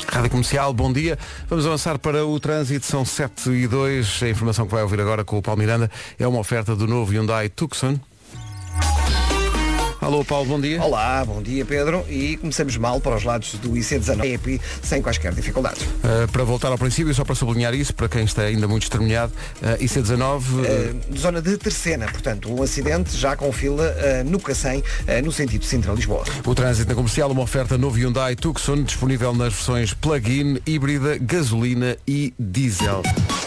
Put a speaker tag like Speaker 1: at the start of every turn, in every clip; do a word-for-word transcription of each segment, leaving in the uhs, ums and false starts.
Speaker 1: Rádio Comercial, bom dia. Vamos avançar para o trânsito, são sete e dois. A informação que vai ouvir agora com o Paulo Miranda é uma oferta do novo Hyundai Tucson. Alô Paulo, bom dia.
Speaker 2: Olá, bom dia Pedro. E começamos mal para os lados do I C dezanove E P sem quaisquer dificuldades.
Speaker 1: Uh, para voltar ao princípio, só para sublinhar isso, para quem está ainda muito estremunhado, uh, I C dezanove... Uh...
Speaker 2: Uh, zona de Terceira, portanto, um acidente já com fila uh, no Cacém, uh, no sentido Sintra-Lisboa.
Speaker 1: O trânsito na comercial, uma oferta novo Hyundai Tucson, disponível nas versões plug-in, híbrida, gasolina e diesel.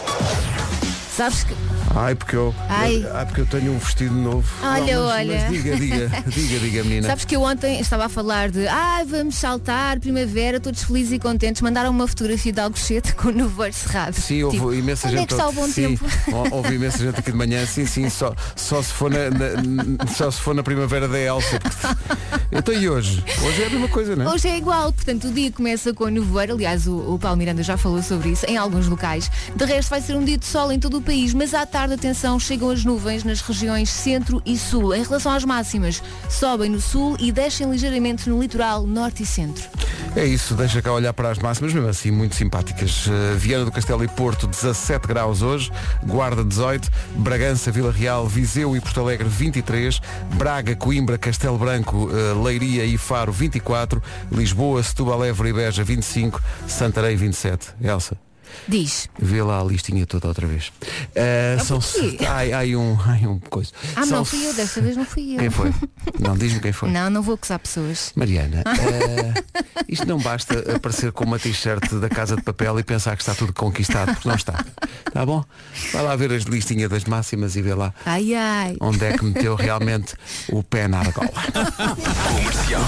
Speaker 3: Sabes que...
Speaker 1: Ai, porque eu,
Speaker 3: Ai.
Speaker 1: ai, porque eu tenho um vestido novo.
Speaker 3: Olha,
Speaker 1: Não, mas,
Speaker 3: olha.
Speaker 1: Mas diga, diga, diga, diga, menina.
Speaker 3: Sabes que eu ontem estava a falar de ah, vamos saltar, primavera, todos felizes e contentes. Mandaram uma fotografia de Alcochete com o nevoeiro cerrado.
Speaker 1: Sim, houve
Speaker 3: tipo,
Speaker 1: imensa
Speaker 3: onde
Speaker 1: gente.
Speaker 3: é que está o bom
Speaker 1: sim,
Speaker 3: tempo?
Speaker 1: Houve imensa gente aqui de manhã, sim, sim, só, só, se, for na, na, só se for na primavera da Elsa. Então e hoje? Hoje é a mesma coisa, não é?
Speaker 3: Hoje é igual, portanto o dia começa com o nevoeiro. Aliás, o, o Paulo Miranda já falou sobre isso em alguns locais. De resto vai ser um dia de sol em todo o país, mas à tarde, atenção, chegam as nuvens nas regiões centro e sul. Em relação às máximas, sobem no sul e descem ligeiramente no litoral norte e centro.
Speaker 1: É isso, deixa cá olhar para as máximas, mesmo assim muito simpáticas. Uh, Viana do Castelo e Porto, dezassete graus hoje, Guarda dezoito, Bragança, Vila Real, Viseu e Porto Alegre vinte e três, Braga, Coimbra, Castelo Branco, uh, Leiria e Faro vinte e quatro, Lisboa, Setúbal, Évora e Beja vinte e cinco, Santarém vinte e sete. Elsa,
Speaker 3: diz.
Speaker 1: vê lá a listinha toda outra vez. Uh, são ai, ai, um, ai, um coisa.
Speaker 3: Ah,
Speaker 1: são...
Speaker 3: não fui eu, desta vez não fui eu.
Speaker 1: Quem foi? Não, diz-me quem foi.
Speaker 3: Não, não vou acusar pessoas.
Speaker 1: Mariana, uh, isto não basta aparecer com uma t-shirt da Casa de Papel e pensar que está tudo conquistado, porque não está. Está bom? Vai lá ver as listinhas das máximas e vê lá
Speaker 3: ai, ai.
Speaker 1: onde é que meteu realmente o pé na argola.
Speaker 4: Comercial.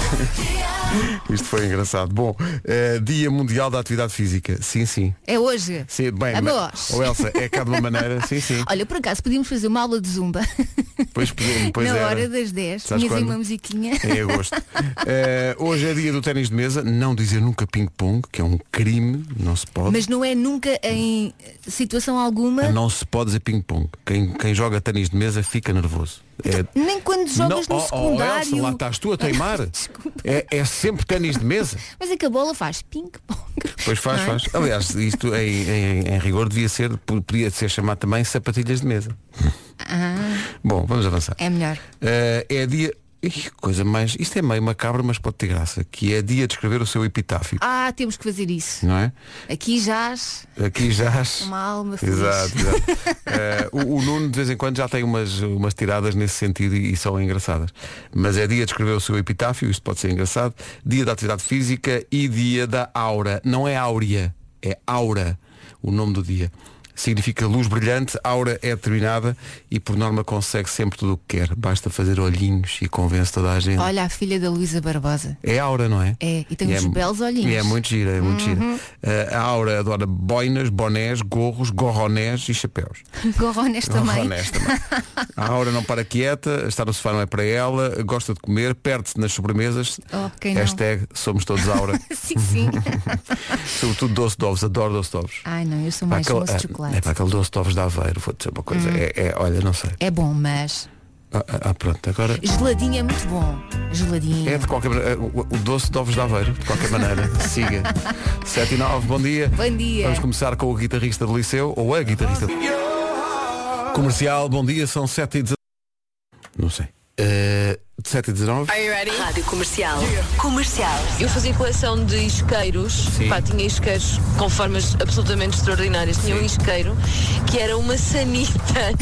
Speaker 1: Isto foi engraçado. Bom, uh, Dia Mundial da Atividade Física. Sim, sim.
Speaker 3: É hoje?
Speaker 1: Sim, bem,
Speaker 3: Vamos.
Speaker 1: ou Elsa, é cá de uma maneira, sim, sim.
Speaker 3: Olha, por acaso podíamos fazer uma aula de zumba.
Speaker 1: Pois, pois
Speaker 3: na
Speaker 1: era.
Speaker 3: hora das dez.
Speaker 1: Sabes
Speaker 3: Tinhas aí
Speaker 1: quando?
Speaker 3: uma musiquinha.
Speaker 1: Em agosto. Uh, hoje é dia do ténis de mesa. Não dizer nunca ping-pong, que é um crime, não se pode.
Speaker 3: Mas não é nunca em situação alguma.
Speaker 1: Não se pode dizer ping-pong. Quem, quem joga ténis de mesa fica nervoso. É...
Speaker 3: Nem quando jogas
Speaker 1: não,
Speaker 3: no
Speaker 1: oh,
Speaker 3: secundário.
Speaker 1: Oh, Elsa, lá estás tu a teimar. é, é sempre ténis de mesa.
Speaker 3: Mas é que a bola faz ping-pong.
Speaker 1: Pois faz,
Speaker 3: é?
Speaker 1: faz. Aliás, isto em, em, em rigor devia ser, podia ser chamado também sapatilhas de mesa.
Speaker 3: Ah,
Speaker 1: Bom, vamos avançar.
Speaker 3: é melhor.
Speaker 1: Uh, é dia. Ih, coisa mais. Isto é meio macabro, mas pode ter graça. Que é dia de escrever o seu epitáfio.
Speaker 3: Ah, temos que fazer isso.
Speaker 1: Não é?
Speaker 3: Aqui jaz
Speaker 1: Aqui já.
Speaker 3: uma alma feliz.
Speaker 1: Exato, exato. uh, o, o Nuno de vez em quando já tem umas, umas tiradas nesse sentido e, e são engraçadas. Mas é dia de escrever o seu epitáfio, isto pode ser engraçado. Dia da atividade física e dia da aura. Não é áurea, é aura o nome do dia. Significa luz brilhante, aura é determinada e por norma consegue sempre tudo o que quer. Basta fazer olhinhos e convence toda a gente.
Speaker 3: Olha a filha da Luísa Barbosa.
Speaker 1: É aura, não é?
Speaker 3: É, e tem
Speaker 1: E
Speaker 3: uns
Speaker 1: é,
Speaker 3: belos olhinhos.
Speaker 1: E é muito gira, é muito gira. Uh, a Aura adora boinas, bonés, gorros, gorronés e chapéus.
Speaker 3: Gorrones também.
Speaker 1: Gorronés também. A Aura não para quieta, estar no sofá não é para ela, gosta de comer, perde-se nas sobremesas.
Speaker 3: Oh, quem não?
Speaker 1: Hashtag somos todos Aura.
Speaker 3: Sim, sim.
Speaker 1: Sobretudo doce de ovos, adoro doce de ovos.
Speaker 3: Ai não, eu sou
Speaker 1: Pá,
Speaker 3: mais
Speaker 1: aquele,
Speaker 3: moço de
Speaker 1: é,
Speaker 3: chocolate.
Speaker 1: é para aquele doce de ovos de Aveiro, vou dizer uma coisa. É, é, olha, não sei.
Speaker 3: É bom, mas
Speaker 1: Ah, ah, pronto, agora.
Speaker 3: geladinho é muito bom. Geladinho.
Speaker 1: É de qualquer maneira, o, o doce de ovos de Aveiro, de qualquer maneira. Siga. sete e nove, bom dia.
Speaker 3: Bom dia.
Speaker 1: Vamos começar com o guitarrista do Liceu, ou a guitarrista comercial. Bom dia, são sete e dezenove. Não sei. Uh, sete e dezenove.
Speaker 5: Rádio Comercial. Comercial.
Speaker 6: Eu fazia coleção de isqueiros.
Speaker 1: Sim.
Speaker 6: Pá, tinha isqueiros com formas absolutamente extraordinárias. Tinha um isqueiro que era uma sanita.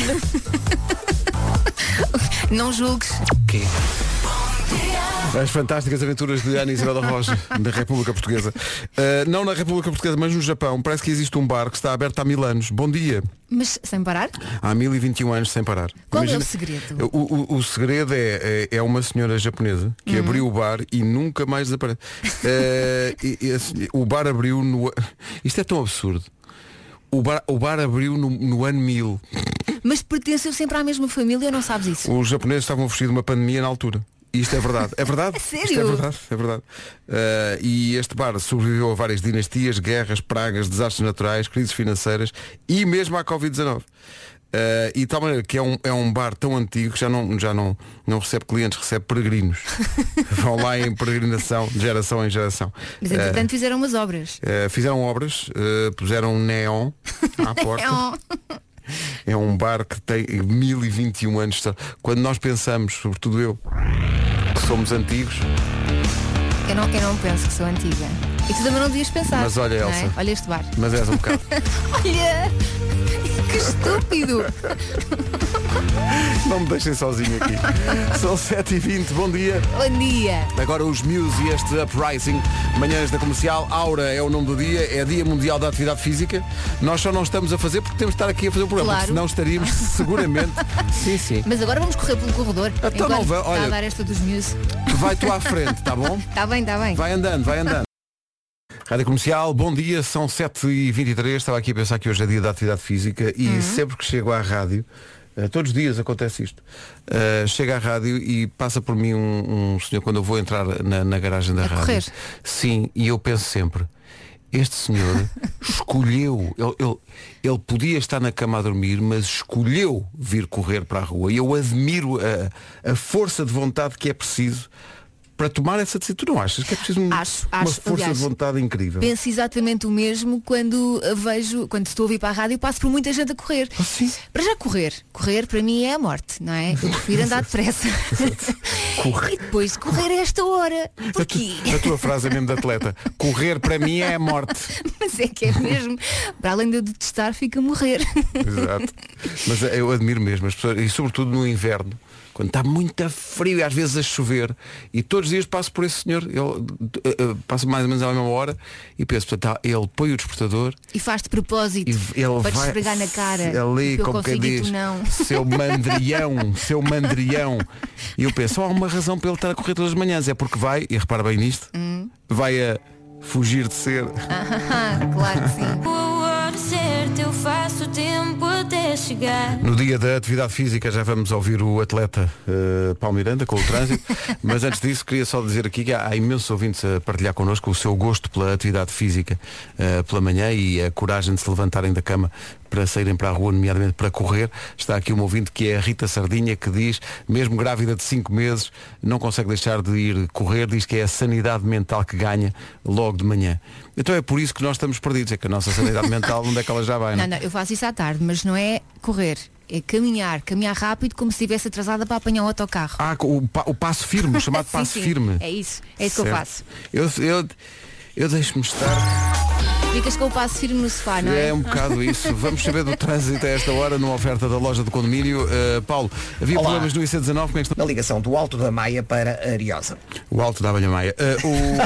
Speaker 3: Não julgues.
Speaker 1: Quê? As fantásticas aventuras de Ana Isabel da Roja na República Portuguesa. Uh, não na República Portuguesa, mas no Japão. Parece que existe um bar que está aberto há mil anos. Bom dia.
Speaker 3: Mas sem parar?
Speaker 1: Há mil e vinte e um anos sem parar.
Speaker 3: Qual
Speaker 1: Imagina,
Speaker 3: é o segredo?
Speaker 1: O, o, o segredo é, é, é uma senhora japonesa que
Speaker 3: Uhum.
Speaker 1: abriu o bar e nunca mais desaparece. uh, e, e, assim, o bar abriu no... Isto é tão absurdo. O bar, o bar abriu no, no ano mil.
Speaker 3: Mas pertenceu sempre à mesma família, não sabes isso?
Speaker 1: Os japoneses estavam a fugir de uma pandemia na altura. E isto é verdade. É verdade.
Speaker 3: A sério?
Speaker 1: Isto é verdade. É verdade. Uh, e este bar sobreviveu a várias dinastias, guerras, pragas, desastres naturais, crises financeiras e mesmo à covid dezenove. Uh, e tal maneira que é um, é um bar tão antigo que já não, já não, não recebe clientes, recebe peregrinos. Vão lá em peregrinação, de geração em geração.
Speaker 3: Mas entretanto uh, fizeram umas obras.
Speaker 1: Uh, fizeram obras, uh, puseram neon à porta.
Speaker 3: Neon.
Speaker 1: É um bar que tem mil e vinte e um anos. Quando nós pensamos, sobretudo eu, que somos antigos.
Speaker 3: Eu não, eu não penso que sou antiga. E tu também não devias pensar.
Speaker 1: Mas olha, Elsa.
Speaker 3: É? Olha este bar.
Speaker 1: Mas és um bocado.
Speaker 3: Olha! Que estúpido!
Speaker 1: Não me deixem sozinho aqui. São sete e vinte, bom dia.
Speaker 3: Bom dia.
Speaker 1: Agora os Muse e este Uprising. Manhãs da Comercial. Aura é o nome do dia. É Dia Mundial da Atividade Física. Nós só não estamos a fazer porque temos de estar aqui a fazer o programa.
Speaker 3: Claro.
Speaker 1: Senão estaríamos seguramente. Sim, sim.
Speaker 3: Mas agora vamos correr pelo corredor.
Speaker 1: Então não vai, olha,
Speaker 3: está a dar esta dos Muse.
Speaker 1: Vai tu à frente, tá bom?
Speaker 3: Está bem, está bem.
Speaker 1: Vai andando, vai andando. Rádio Comercial, bom dia, são sete e vinte e três. Estava aqui a pensar que hoje é dia da atividade física. E uhum. sempre que chego à rádio, uh, todos os dias acontece isto, uh, chega à rádio e passa por mim um, um senhor quando eu vou entrar na, na garagem da
Speaker 3: a
Speaker 1: rádio.
Speaker 3: Correr.
Speaker 1: Sim, e eu penso sempre, este senhor escolheu, ele, ele, ele podia estar na cama a dormir, mas escolheu vir correr para a rua. E eu admiro a, a força de vontade que é preciso para tomar essa decisão. Tu não achas que é preciso um,
Speaker 3: acho,
Speaker 1: uma
Speaker 3: acho,
Speaker 1: força
Speaker 3: aliás,
Speaker 1: de vontade incrível?
Speaker 3: Penso exatamente o mesmo quando vejo, quando estou a vir para a rádio, passo por muita gente a correr.
Speaker 1: Ah, sim?
Speaker 3: Para já correr. Correr para mim é a morte, não é? Eu prefiro andar depressa. E depois correr a esta hora. Porquê?
Speaker 1: A, tu, a tua frase é mesmo de atleta. Correr para mim é a morte.
Speaker 3: Mas é que é mesmo. Para além de eu detestar, fica a morrer.
Speaker 1: Exato. Mas eu admiro mesmo as pessoas, e sobretudo no inverno, quando está muito frio e às vezes a chover, e todos os dias passo por esse senhor, ele uh, uh, passa mais ou menos à mesma hora e penso, portanto, ele põe o despertador
Speaker 3: e faz de propósito
Speaker 1: e ele
Speaker 3: para te
Speaker 1: vai
Speaker 3: esfregar na cara
Speaker 1: ali,
Speaker 3: eu
Speaker 1: como quem diz,
Speaker 3: não.
Speaker 1: seu mandrião, seu mandrião. E eu penso, há uma razão para ele estar a correr todas as manhãs, é porque vai, e repara bem nisto, hum. vai a fugir de ser.
Speaker 3: Ah, claro que sim.
Speaker 7: Eu faço tempo até chegar.
Speaker 1: No dia da atividade física já vamos ouvir o atleta uh, Paulo Miranda com o trânsito. Mas antes disso queria só dizer aqui que há, há imensos ouvintes a partilhar connosco o seu gosto pela atividade física uh, pela manhã e a coragem de se levantarem da cama para saírem para a rua, nomeadamente para correr. Está aqui uma ouvinte que é a Rita Sardinha, que diz, mesmo grávida de cinco meses, não consegue deixar de ir correr, diz que é a sanidade mental que ganha logo de manhã. Então é por isso que nós estamos perdidos, é que a nossa sanidade mental, onde é que ela já vai? Não,
Speaker 3: não, não, eu faço isso à tarde, mas não é correr, é caminhar, caminhar rápido como se estivesse atrasada para apanhar um autocarro.
Speaker 1: Ah, o, o passo firme, o chamado
Speaker 3: sim,
Speaker 1: passo
Speaker 3: sim,
Speaker 1: firme.
Speaker 3: É isso, é isso certo. Que eu faço.
Speaker 1: Eu, eu, eu deixo-me estar...
Speaker 3: Ficas com o passo firme no sofá, não é?
Speaker 1: É um bocado isso. Vamos saber do trânsito a esta hora, numa oferta da loja do condomínio. Uh, Paulo, havia
Speaker 2: Olá.
Speaker 1: problemas no I C dezenove, como é que estão?
Speaker 2: Na ligação do Alto da Maia para Ariosa.
Speaker 1: O Alto da Abelha Maia. Uh,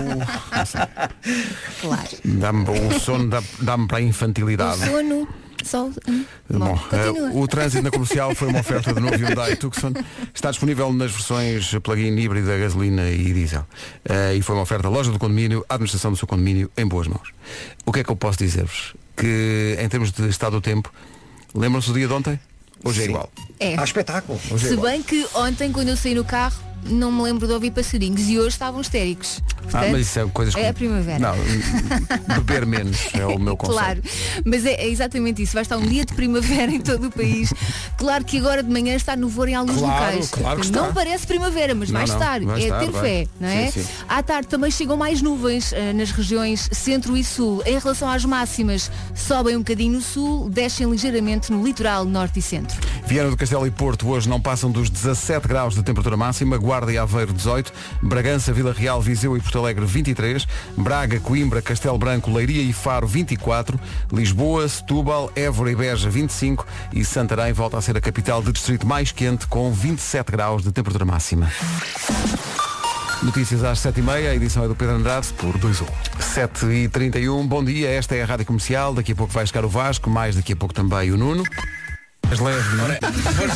Speaker 3: o... Claro.
Speaker 1: Dá-me, o sono dá, dá-me para a infantilidade.
Speaker 3: O sono... Só... Hum.
Speaker 1: Bom, Bom uh, o trânsito na comercial foi uma oferta de novo Hyundai Tucson. Está disponível nas versões plug-in, híbrida, gasolina e diesel. Uh, e foi uma oferta da loja do condomínio, a administração do seu condomínio em boas mãos. O que é que eu posso dizer-vos? Que em termos de estado do tempo, lembram-se do dia de ontem? Hoje
Speaker 2: Sim.
Speaker 1: é igual.
Speaker 3: É.
Speaker 2: Há espetáculo.
Speaker 1: Hoje é
Speaker 3: Se
Speaker 1: igual.
Speaker 3: bem que ontem, quando eu saí no carro, não me lembro de ouvir passarinhos e hoje estavam histéricos. Portanto,
Speaker 1: ah, mas isso é coisas
Speaker 3: é a primavera.
Speaker 1: Não, beber menos é o meu conselho.
Speaker 3: Claro, mas é, é exatamente isso. Vai estar um dia de primavera em todo o país. Claro que agora de manhã está nevoeiro em alguns
Speaker 1: claro,
Speaker 3: locais.
Speaker 1: Claro que
Speaker 3: não
Speaker 1: está.
Speaker 3: parece primavera, mas
Speaker 1: não,
Speaker 3: vai
Speaker 1: não,
Speaker 3: estar.
Speaker 1: vai
Speaker 3: é
Speaker 1: estar,
Speaker 3: ter
Speaker 1: vai.
Speaker 3: fé, não é?
Speaker 1: Sim, sim.
Speaker 3: À tarde também chegam mais nuvens uh, nas regiões centro e sul. Em relação às máximas, sobem um bocadinho no sul, descem ligeiramente no litoral norte e centro.
Speaker 1: Viana do Castelo e Porto hoje não passam dos dezassete graus de temperatura máxima, Guarda e Aveiro dezoito, Bragança, Vila Real, Viseu e Porto Alegre vinte e três, Braga, Coimbra, Castelo Branco, Leiria e Faro vinte e quatro, Lisboa, Setúbal, Évora e Beja vinte e cinco e Santarém volta a ser a capital de distrito mais quente com vinte e sete graus de temperatura máxima. Notícias às sete e meia, a edição é do Pedro Andrade por dois um. sete e trinta e um, bom dia, esta é a Rádio Comercial, daqui a pouco vai chegar o Vasco, mais daqui a pouco também o Nuno. As leves, não é?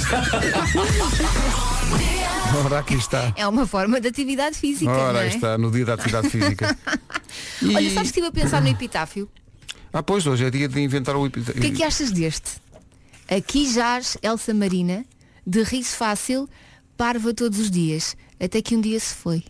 Speaker 1: Ora, aqui está.
Speaker 3: É uma forma de atividade física,
Speaker 1: Ora,
Speaker 3: não é?
Speaker 1: aí está, no dia da atividade física. E...
Speaker 3: Olha, sabes que estive a pensar no epitáfio?
Speaker 1: Ah, pois, hoje é dia de inventar o epitáfio.
Speaker 3: O que é que achas deste? Aqui jaz Elsa Marina, de riso fácil, parva todos os dias, até que um dia se foi.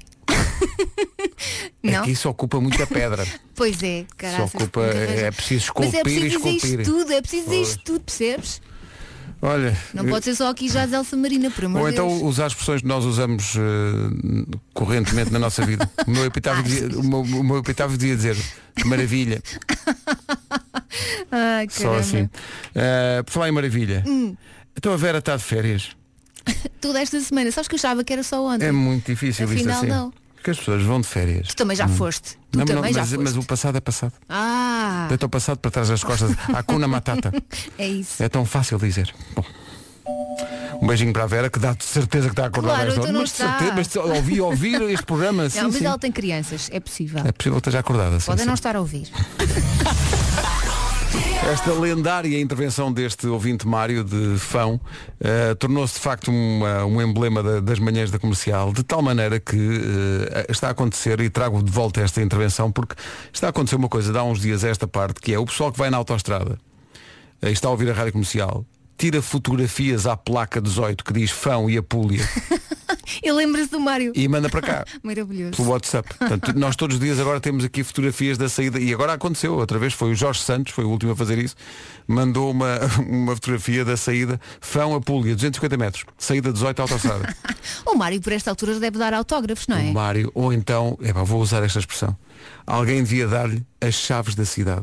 Speaker 3: Não?
Speaker 1: É que isso ocupa muita pedra.
Speaker 3: Pois é, caralho.
Speaker 1: Isso ocupa, é, é preciso
Speaker 3: Mas
Speaker 1: esculpir
Speaker 3: é preciso
Speaker 1: e
Speaker 3: dizer
Speaker 1: esculpir.
Speaker 3: isto tudo, é preciso dizer isto tudo, percebes?
Speaker 1: Olha,
Speaker 3: Não pode ser só aqui já de Elsa Marina, por amor
Speaker 1: ou
Speaker 3: de
Speaker 1: então
Speaker 3: Deus.
Speaker 1: usar as expressões que nós usamos uh, correntemente na nossa vida. O meu epitáfio dizia, o meu, o meu epitáfio dizia dizer que maravilha.
Speaker 3: Ai,
Speaker 1: Só assim. Uh, por falar em maravilha.
Speaker 3: Hum.
Speaker 1: Então a Vera está de férias.
Speaker 3: Toda esta semana. Sabes que eu achava que era só ontem.
Speaker 1: É muito difícil isto
Speaker 3: Afinal,
Speaker 1: assim.
Speaker 3: não.
Speaker 1: Porque as pessoas vão de férias.
Speaker 3: Tu também já foste. Tu
Speaker 1: Não,
Speaker 3: também
Speaker 1: não,
Speaker 3: já
Speaker 1: mas,
Speaker 3: foste.
Speaker 1: mas o passado é passado.
Speaker 3: Ah,
Speaker 1: Deita o passado para trás das costas. Hakuna Matata.
Speaker 3: é isso.
Speaker 1: É tão fácil dizer. Bom. Um beijinho para a Vera, que dá de certeza que está acordada
Speaker 3: Claro,
Speaker 1: esta hora.
Speaker 3: então não
Speaker 1: Mas de
Speaker 3: está.
Speaker 1: certeza, mas ouvi ouvir este programa.
Speaker 3: Não,
Speaker 1: Sim,
Speaker 3: mas
Speaker 1: sim.
Speaker 3: ela tem crianças. É possível.
Speaker 1: É possível que esteja acordada. Sim,
Speaker 3: Podem
Speaker 1: sim.
Speaker 3: não estar a ouvir.
Speaker 1: Esta lendária intervenção deste ouvinte Mário de Fão uh, tornou-se de facto uma, um emblema da, das manhãs da Comercial, de tal maneira que uh, está a acontecer, e trago de volta esta intervenção, porque está a acontecer uma coisa de há uns dias a esta parte, que é o pessoal que vai na autoestrada uh, e está a ouvir a Rádio Comercial, tira fotografias à placa dezoito que diz Fão e Apulia
Speaker 3: Ele lembra-se do Mário.
Speaker 1: e manda para cá.
Speaker 3: Maravilhoso.
Speaker 1: Pelo WhatsApp. Portanto, nós todos os dias agora temos aqui fotografias da saída. E agora aconteceu, outra vez foi o Jorge Santos, foi o último a fazer isso. Mandou uma, uma fotografia da saída Fão Apulia, duzentos e cinquenta metros. Saída dezoito autoestrada.
Speaker 3: O Mário, por esta altura, deve dar autógrafos, não é?
Speaker 1: O Mário, ou então, epá, vou usar esta expressão, alguém devia dar-lhe as chaves da cidade.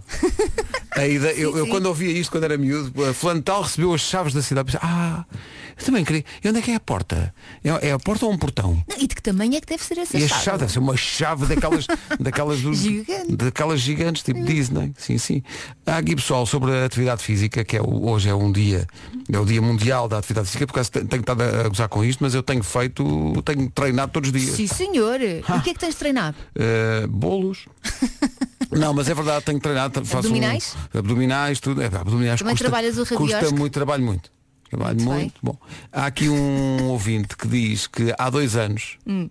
Speaker 1: A ideia,
Speaker 3: Sim,
Speaker 1: eu, eu
Speaker 3: sim.
Speaker 1: quando ouvia isto, quando era miúdo, a fulano tal recebeu as chaves da cidade. Pensei, ah, eu também queria. E onde é que é a porta? É, é a porta ou um portão?
Speaker 3: Não, e de que tamanho é que deve ser essa
Speaker 1: E a
Speaker 3: chave?
Speaker 1: chave deve ser uma chave daquelas daquelas, dos,
Speaker 3: Gigante.
Speaker 1: daquelas gigantes tipo Disney. Sim, sim. Há aqui pessoal sobre a atividade física, que é o, hoje é um dia, é o dia mundial da atividade física, porque tenho, tenho estado a gozar com isto, mas eu tenho feito, tenho treinado todos os dias.
Speaker 3: Sim, senhor. E o que é que tens treinado?
Speaker 1: Uh, bolos. Não, mas é verdade, tenho treinado. Faço
Speaker 3: Abdominais?
Speaker 1: Um, abdominais, tudo. É, abdominais
Speaker 3: Também
Speaker 1: custa,
Speaker 3: trabalhas o rabiosque?
Speaker 1: custa muito, trabalho muito. Trabalho
Speaker 3: Muito
Speaker 1: muito. Bom, há aqui um ouvinte que diz que há dois anos
Speaker 3: Hum.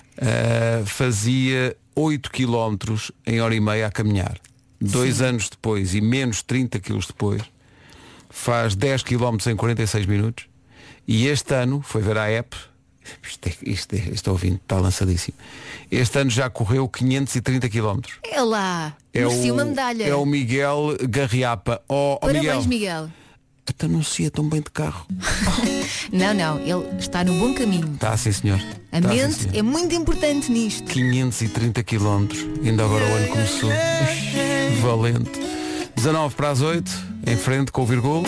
Speaker 1: uh, fazia oito quilómetros em hora e meia a caminhar. Dois
Speaker 3: Sim.
Speaker 1: anos depois e menos trinta quilos depois faz dez quilómetros em quarenta e seis minutos. E este ano foi ver a app. Isto é, isto é, este ouvinte está lançadíssimo. Este ano já correu quinhentos e trinta quilómetros.
Speaker 3: É lá.
Speaker 1: É
Speaker 3: Merecia
Speaker 1: o,
Speaker 3: uma medalha.
Speaker 1: é o Miguel Garriapa. Oh, oh,
Speaker 3: Parabéns,
Speaker 1: Miguel.
Speaker 3: Miguel.
Speaker 1: Até não se ia tão bem de carro.
Speaker 3: Não, não. Ele está no bom caminho.
Speaker 1: Está sim, senhor.
Speaker 3: A
Speaker 1: Tá, sim,
Speaker 3: mente
Speaker 1: senhor.
Speaker 3: é muito importante nisto.
Speaker 1: quinhentos e trinta quilómetros. Ainda agora o ano começou. Valente. dezanove para as oito. Em frente com o Virgulo.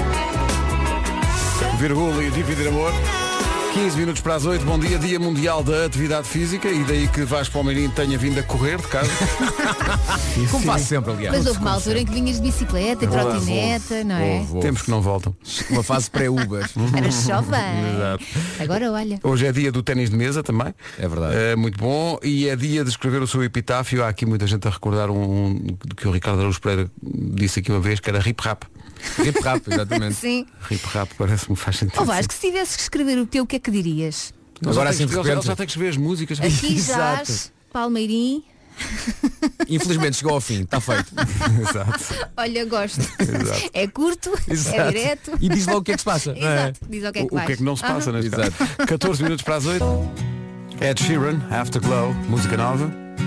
Speaker 1: Virgulo e Dividir Amor. quinze minutos para as oito, bom dia, Dia Mundial da Atividade Física, e daí que Vasco Palmeirinho tenha vindo a correr de casa.
Speaker 8: Como faço sempre, aliás.
Speaker 3: Mas houve uma altura em que vinhas de bicicleta e trotineta, não é?
Speaker 8: Houve, houve.
Speaker 1: Tempos que não voltam.
Speaker 8: Uma fase pré-Uber.
Speaker 3: Era jovem.
Speaker 1: Exato.
Speaker 3: Agora olha.
Speaker 1: Hoje é dia do ténis de mesa também.
Speaker 8: É verdade.
Speaker 1: É muito bom. E é dia de escrever o seu epitáfio. Há aqui muita gente a recordar um, um que o Ricardo Araújo Pereira disse aqui uma vez, que era Rip Rap.
Speaker 8: Rip Rap, exatamente.
Speaker 3: Sim.
Speaker 1: Rip Rap parece-me faz sentido.
Speaker 3: Ó Vasco, se tivesses que escrever o teu, o que é que dirias?
Speaker 1: Ele
Speaker 8: Agora
Speaker 1: já tem
Speaker 8: assim
Speaker 1: que-
Speaker 8: de
Speaker 1: ele já- ele
Speaker 8: repente.
Speaker 1: já tem que escrever as músicas.
Speaker 3: Aqui
Speaker 8: Exato.
Speaker 3: jaz, Palmeirim.
Speaker 8: Infelizmente chegou ao fim, está feito.
Speaker 1: Exato.
Speaker 3: Olha, gosto.
Speaker 1: Exato.
Speaker 3: É curto, é
Speaker 8: Exato.
Speaker 3: direto.
Speaker 8: E diz logo o que é que se passa. não é?
Speaker 3: Exato. Diz ao que é
Speaker 1: O,
Speaker 3: que
Speaker 1: o
Speaker 3: vais.
Speaker 1: que é que não se passa
Speaker 3: Aham.
Speaker 1: neste
Speaker 8: Exato.
Speaker 1: caso? catorze minutos para as oito. Ed Sheeran, Afterglow, música nova.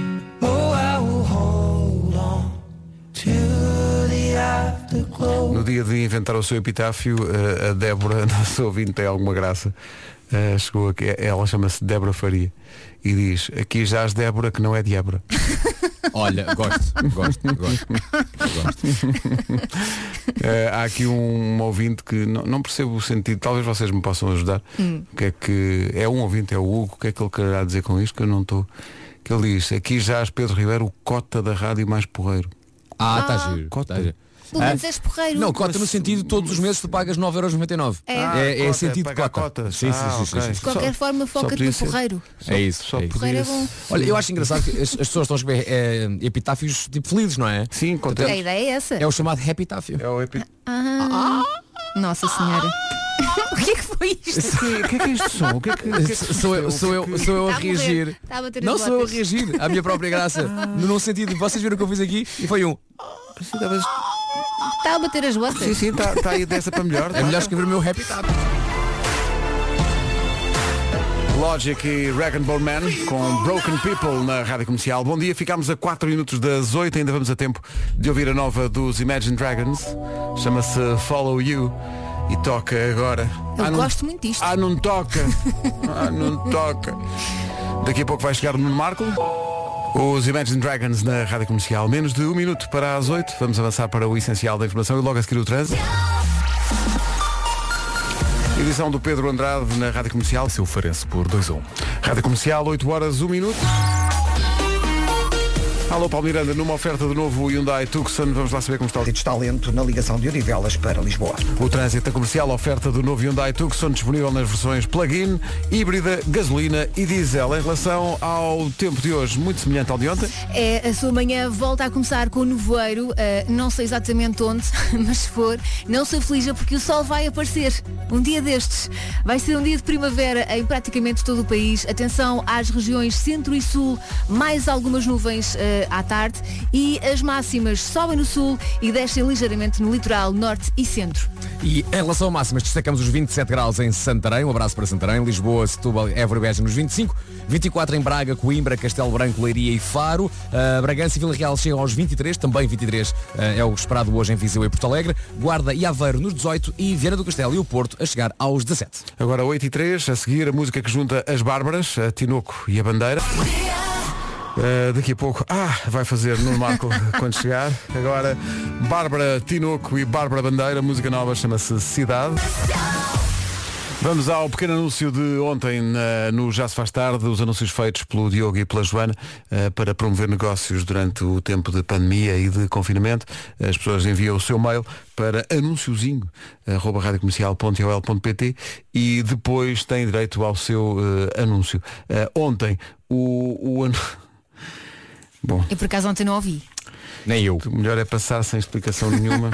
Speaker 1: No dia de inventar o seu epitáfio, eh, a Débora, nossa ouvinte, tem alguma graça. Eh, chegou aqui, ela chama-se Débora Faria e diz: aqui já as Débora que não é Débora.
Speaker 8: Olha, gosto, gosto, gosto. gosto.
Speaker 1: Eh, há aqui um, um ouvinte que não, não percebo o sentido, talvez vocês me possam ajudar. O que é que é um ouvinte, é o Hugo, o que é que ele quererá dizer com isto? Que eu não estou. Que ele diz: aqui já as Pedro Ribeiro, o cota da rádio mais porreiro.
Speaker 8: Ah, está giro.
Speaker 1: Cota.
Speaker 8: Tá giro.
Speaker 3: Pelo menos és porreiro.
Speaker 8: Não, cota no sentido de todos os meses tu pagas nove euros e noventa e nove.
Speaker 3: É.
Speaker 1: Ah,
Speaker 8: é, é
Speaker 1: cota,
Speaker 8: sentido de
Speaker 1: pagar
Speaker 8: cota.
Speaker 1: cotas.
Speaker 8: Sim, sim,
Speaker 1: Ah,
Speaker 8: sim, sim,
Speaker 1: ok.
Speaker 8: sim.
Speaker 3: De qualquer
Speaker 1: Só-
Speaker 3: forma,
Speaker 1: só
Speaker 3: foca-te
Speaker 1: podia
Speaker 3: no
Speaker 1: ser-
Speaker 3: porreiro.
Speaker 8: É isso.
Speaker 1: Só
Speaker 8: é isso.
Speaker 1: podia
Speaker 3: Porreiro é bom.
Speaker 8: Olha, eu acho engraçado que as, as pessoas estão a escrever é, epitáfios tipo felizes, não é?
Speaker 1: Sim,
Speaker 3: A
Speaker 1: contente.
Speaker 3: ideia é essa.
Speaker 8: É o chamado epitáfio.
Speaker 1: É o epi...
Speaker 3: Ah. Nossa Senhora. O que é que foi isto?
Speaker 1: O que é que é este som? O que é que, o que, é que
Speaker 8: Sou eu, sou eu, sou eu a
Speaker 3: Está a morrer.
Speaker 8: reagir.
Speaker 3: Está a bater as
Speaker 8: Não sou eu a
Speaker 3: botas.
Speaker 8: reagir à minha própria graça. No sentido de vocês viram o que eu fiz aqui e foi um.
Speaker 3: Está a bater as botas.
Speaker 1: Sim, sim, está tá aí dessa para melhor.
Speaker 8: É melhor escrever o meu epitáfio.
Speaker 1: Logic e Rag and Bone Man com Broken People na Rádio Comercial. Bom dia, ficámos a quatro minutos das oito, ainda vamos a tempo de ouvir a nova dos Imagine Dragons. Chama-se Follow You E toca agora.
Speaker 3: Eu
Speaker 1: ah, não...
Speaker 3: gosto muito disto.
Speaker 1: Ah, não toca. Ah, não toca. Daqui a pouco vai chegar no Marco. Os Imagine Dragons na Rádio Comercial. Menos de um minuto para as oito. Vamos avançar para o essencial da informação e logo a seguir o trânsito. Edição do Pedro Andrade na Rádio Comercial.
Speaker 9: Seu Farense por dois a um.
Speaker 1: Rádio Comercial, oito horas, um minuto. Alô, Paulo Miranda, numa oferta do novo Hyundai Tucson, vamos lá saber como está o
Speaker 2: Está lento na ligação de Odivelas para Lisboa.
Speaker 1: O trânsito comercial, oferta do novo Hyundai Tucson, disponível nas versões plug-in, híbrida, gasolina e diesel. Em relação ao tempo de hoje, muito semelhante ao de ontem.
Speaker 3: É, a sua manhã volta a começar com o nevoeiro, uh, não sei exatamente onde, mas se for, não se aflija porque o sol vai aparecer. Um dia destes. Vai ser um dia de primavera em praticamente todo o país. Atenção às regiões centro e sul, mais algumas nuvens uh, à tarde e as máximas sobem no sul e descem ligeiramente no litoral norte e centro.
Speaker 8: E em relação a máximas, destacamos os vinte e sete graus em Santarém, um abraço para Santarém, Lisboa, Setúbal, Évora e Beja nos vinte e cinco, vinte e quatro em Braga, Coimbra, Castelo Branco, Leiria e Faro, uh, Bragança e Vila Real chegam aos vinte e três, também vinte e três uh, é o esperado hoje em Viseu e Porto Alegre, Guarda e Aveiro nos dezoito e Viana do Castelo e o Porto a chegar aos dezassete.
Speaker 1: Agora oito e três, a seguir a música que junta as Bárbaras, a Tinoco e a Bandeira. Uh, daqui a pouco, ah, vai fazer no Marco quando chegar. Agora, Bárbara Tinoco e Bárbara Bandeira, música nova chama-se Cidade. Vamos ao pequeno anúncio de ontem uh, no Já se faz tarde, os anúncios feitos pelo Diogo e pela Joana uh, para promover negócios durante o tempo de pandemia e de confinamento. As pessoas enviam o seu mail para anunciozinho arroba radiocomercial ponto ol ponto pt e depois têm direito ao seu uh, anúncio. Uh, ontem o, o an... Bom,
Speaker 3: Eu por acaso ontem não ouvi.
Speaker 8: Nem eu.
Speaker 1: O melhor é passar sem explicação nenhuma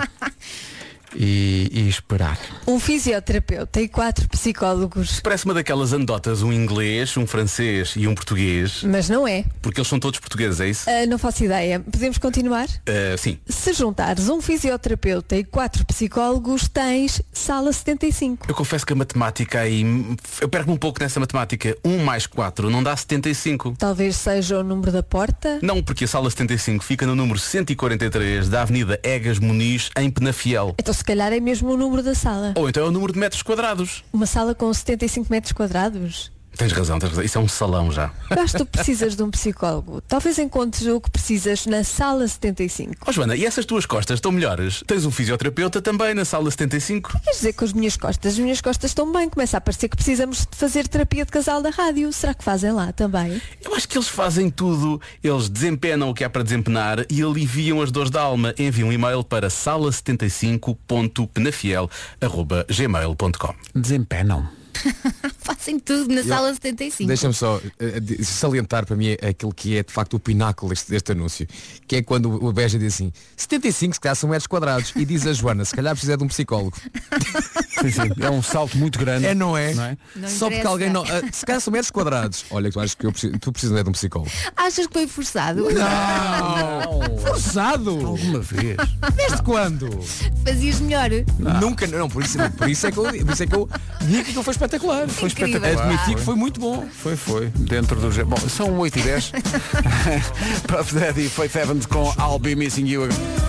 Speaker 1: e, e esperar.
Speaker 10: Um fisioterapeuta e quatro psicólogos.
Speaker 9: Parece uma daquelas anedotas, um inglês, um francês e um português.
Speaker 10: Mas não é.
Speaker 9: Porque eles são todos portugueses, é isso?
Speaker 10: Uh, não faço ideia. Podemos continuar?
Speaker 9: Uh, sim.
Speaker 10: Se juntares um fisioterapeuta e quatro psicólogos, tens sala setenta e cinco.
Speaker 9: Eu confesso que a matemática aí, eu perco-me um pouco nessa matemática. um mais quatro não dá setenta e cinco.
Speaker 10: Talvez seja o número da porta?
Speaker 9: Não, porque a sala setenta e cinco fica no número cento e quarenta e três da Avenida Egas Muniz, em Penafiel.
Speaker 10: Então se calhar é mesmo o número da sala.
Speaker 9: Ou então é o número de metros quadrados.
Speaker 10: Uma sala com setenta e cinco metros quadrados?
Speaker 9: Tens razão, tens razão. Isso é um salão já.
Speaker 10: Eu acho que tu precisas de um psicólogo. Talvez encontres o que precisas na sala setenta e cinco.
Speaker 9: Ó oh, Joana, e essas tuas costas estão melhores? Tens um fisioterapeuta também na sala setenta e cinco?
Speaker 10: Queres dizer que as minhas costas, as minhas costas estão bem. Começa a parecer que precisamos de fazer terapia de casal da rádio. Será que fazem lá também?
Speaker 9: Eu acho que eles fazem tudo. Eles desempenam o que há para desempenar e aliviam as dores da alma. Enviem um e-mail para sala setenta e cinco ponto penafiel arroba gmail ponto com.
Speaker 1: Desempenam.
Speaker 3: Fazem tudo na sala setenta e cinco.
Speaker 8: Deixa-me só uh, salientar para mim aquilo que é de facto o pináculo deste, deste anúncio, que é quando o Beja diz assim setenta e cinco se calhar são metros quadrados e diz a Joana, se calhar precisa de um psicólogo.
Speaker 1: Sim, sim. É um salto muito grande.
Speaker 8: É, não é?
Speaker 1: Não é?
Speaker 3: Não
Speaker 8: Só porque alguém não. Uh, se calhar são metros quadrados. Olha, tu achas que eu preciso, tu precisas de um psicólogo.
Speaker 3: Achas que foi forçado?
Speaker 8: Não! Forçado!
Speaker 1: Alguma vez.
Speaker 8: Desde quando?
Speaker 3: Fazias melhor.
Speaker 8: Não. Nunca, não, por isso, por isso é que eu, por isso é que eu digo que aquilo foi espetacular.
Speaker 1: Foi
Speaker 3: Incrível.
Speaker 1: espetacular.
Speaker 8: Admiti que foi muito bom.
Speaker 1: Foi, foi. Dentro do... Bom, são oito e dez. Puff Daddy, Faith Evans com I'll Be Missing You.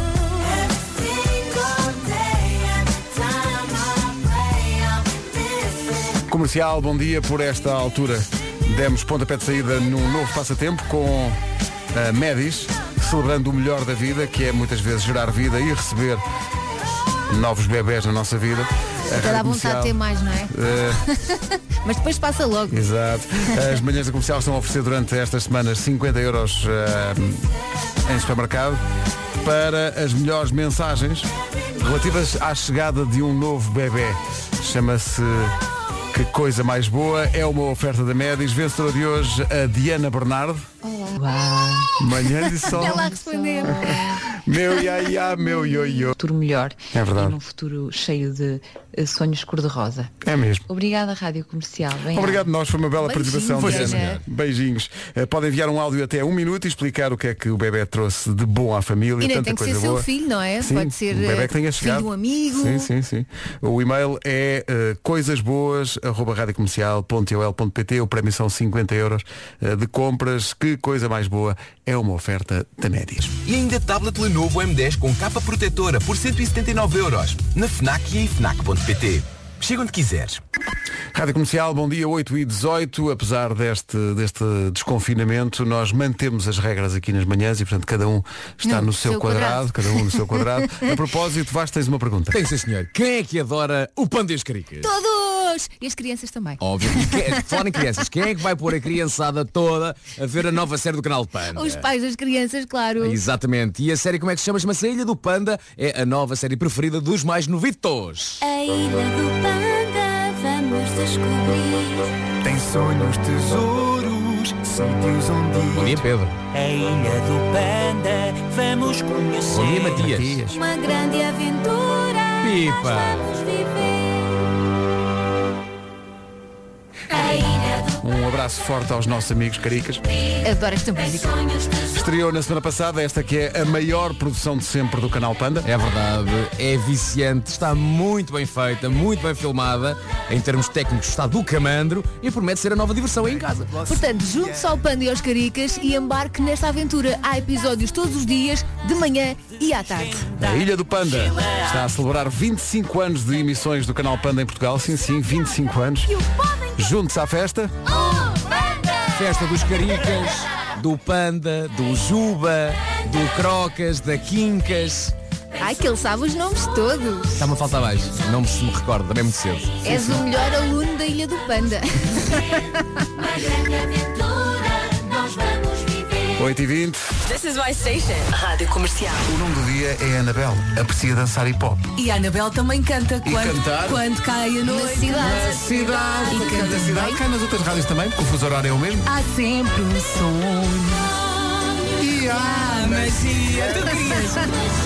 Speaker 1: Comercial, bom dia. Por esta altura demos pontapé de saída num novo passatempo com a Medis, celebrando o melhor da vida, que é muitas vezes gerar vida e receber novos bebés na nossa vida.
Speaker 3: Até dá vontade de ter mais, não é?
Speaker 1: Uh...
Speaker 3: Mas depois passa logo.
Speaker 1: Exato. As manhãs da comercial estão a oferecer durante estas semanas cinquenta euros uh, em supermercado para as melhores mensagens relativas à chegada de um novo bebê. Chama-se Que Coisa Mais Boa. É uma oferta da Medis. Vencedora de hoje, a Diana Bernardo.
Speaker 10: Olá.
Speaker 1: Manhã de sol.
Speaker 3: Ela respondeu.
Speaker 1: Meu iaiá, meu ioiô.
Speaker 11: Futuro melhor.
Speaker 1: É verdade.
Speaker 11: E num futuro cheio de uh, sonhos cor-de-rosa.
Speaker 1: É mesmo.
Speaker 11: Obrigada, Rádio Comercial. Bem
Speaker 1: Obrigado, nós. Foi uma bela
Speaker 3: Beijinhos,
Speaker 1: participação.
Speaker 3: foi,
Speaker 1: Diana.
Speaker 3: senhor.
Speaker 1: Beijinhos. Uh, Podem enviar um áudio até um minuto e explicar o que é que o bebê trouxe de bom à família.
Speaker 3: E nem
Speaker 1: Tanta
Speaker 3: tem que
Speaker 1: coisa
Speaker 3: ser
Speaker 1: boa.
Speaker 3: seu filho, não é?
Speaker 1: Sim,
Speaker 3: Pode ser
Speaker 1: um bebé que tenha
Speaker 3: filho
Speaker 1: chegado.
Speaker 3: de um amigo.
Speaker 1: Sim, sim, sim. O e-mail é uh, coisasboas arroba radiocomercial ponto ol ponto pt. O prémio são cinquenta euros uh, de compras. Que coisa coisa mais boa é uma oferta da Médias.
Speaker 12: E ainda tablet Lenovo M dez com capa protetora por cento e setenta e nove euros. Na FNAC e em FNAC ponto pt. Chega onde quiseres.
Speaker 1: Rádio Comercial, bom dia, oito e dezoito. Apesar deste, deste desconfinamento, nós mantemos as regras aqui nas manhãs e, portanto, cada um está no, no seu, seu quadrado, quadrado, cada um no seu quadrado. A propósito, Vasco, tens uma pergunta.
Speaker 8: Tem, sim, senhor. Quem é que adora o Panda e as Caricas?
Speaker 3: Todos! E as crianças também.
Speaker 8: Óbvio. E quem, falar em crianças, quem é que vai pôr a criançada toda a ver a nova série do canal Panda?
Speaker 3: Os pais das crianças, claro.
Speaker 8: Exatamente. E a série, como é que se chama? Chama-se A Ilha do Panda. É a nova série preferida dos mais novitos.
Speaker 7: A Ilha do Panda, vamos descobrir.
Speaker 13: Tem sonhos, tesouros, sítios onde ir.
Speaker 8: Bom dia, Pedro.
Speaker 13: A Ilha do Panda, vamos conhecer.
Speaker 8: Bom dia, Matias.
Speaker 7: Uma grande aventura.
Speaker 8: Pipa.
Speaker 7: Nós vamos viver. A Ilha do
Speaker 1: Um abraço forte aos nossos amigos caricas.
Speaker 3: Adoro esta música.
Speaker 1: Estreou na semana passada esta que é a maior produção de sempre do canal Panda.
Speaker 8: É verdade, é viciante, está muito bem feita, muito bem filmada. Em termos técnicos está do camandro e promete ser a nova diversão aí em casa.
Speaker 3: Portanto, junte-se ao Panda e aos Caricas e embarque nesta aventura. Há episódios todos os dias, de manhã e à tarde.
Speaker 1: A Ilha do Panda está a celebrar vinte e cinco anos de emissões do canal Panda em Portugal. Sim, sim, vinte e cinco anos. Junte-se à festa.
Speaker 8: Festa dos Caricas, do Panda, do Juba, do Crocas, da Quincas.
Speaker 3: Ai, que ele sabe os nomes todos.
Speaker 8: Está-me a faltar mais. Não me, se me recordo, também muito cedo.
Speaker 3: És o melhor aluno da Ilha do Panda.
Speaker 1: oito e vinte.
Speaker 5: This is my station. Rádio Comercial.
Speaker 1: O nome do dia é Anabel. Aprecia dançar hip hop.
Speaker 5: E a Anabel também canta
Speaker 1: E
Speaker 5: quando,
Speaker 1: cantar?
Speaker 5: quando cai a noite.
Speaker 3: Na cidade.
Speaker 1: Na cidade.
Speaker 3: E
Speaker 1: Canta
Speaker 3: canta
Speaker 1: na cidade.
Speaker 3: bem.
Speaker 1: Cai nas outras rádios também, porque o fuso horário é o mesmo.
Speaker 5: Há sempre um sonho.
Speaker 1: E
Speaker 5: a magia. Tu querias.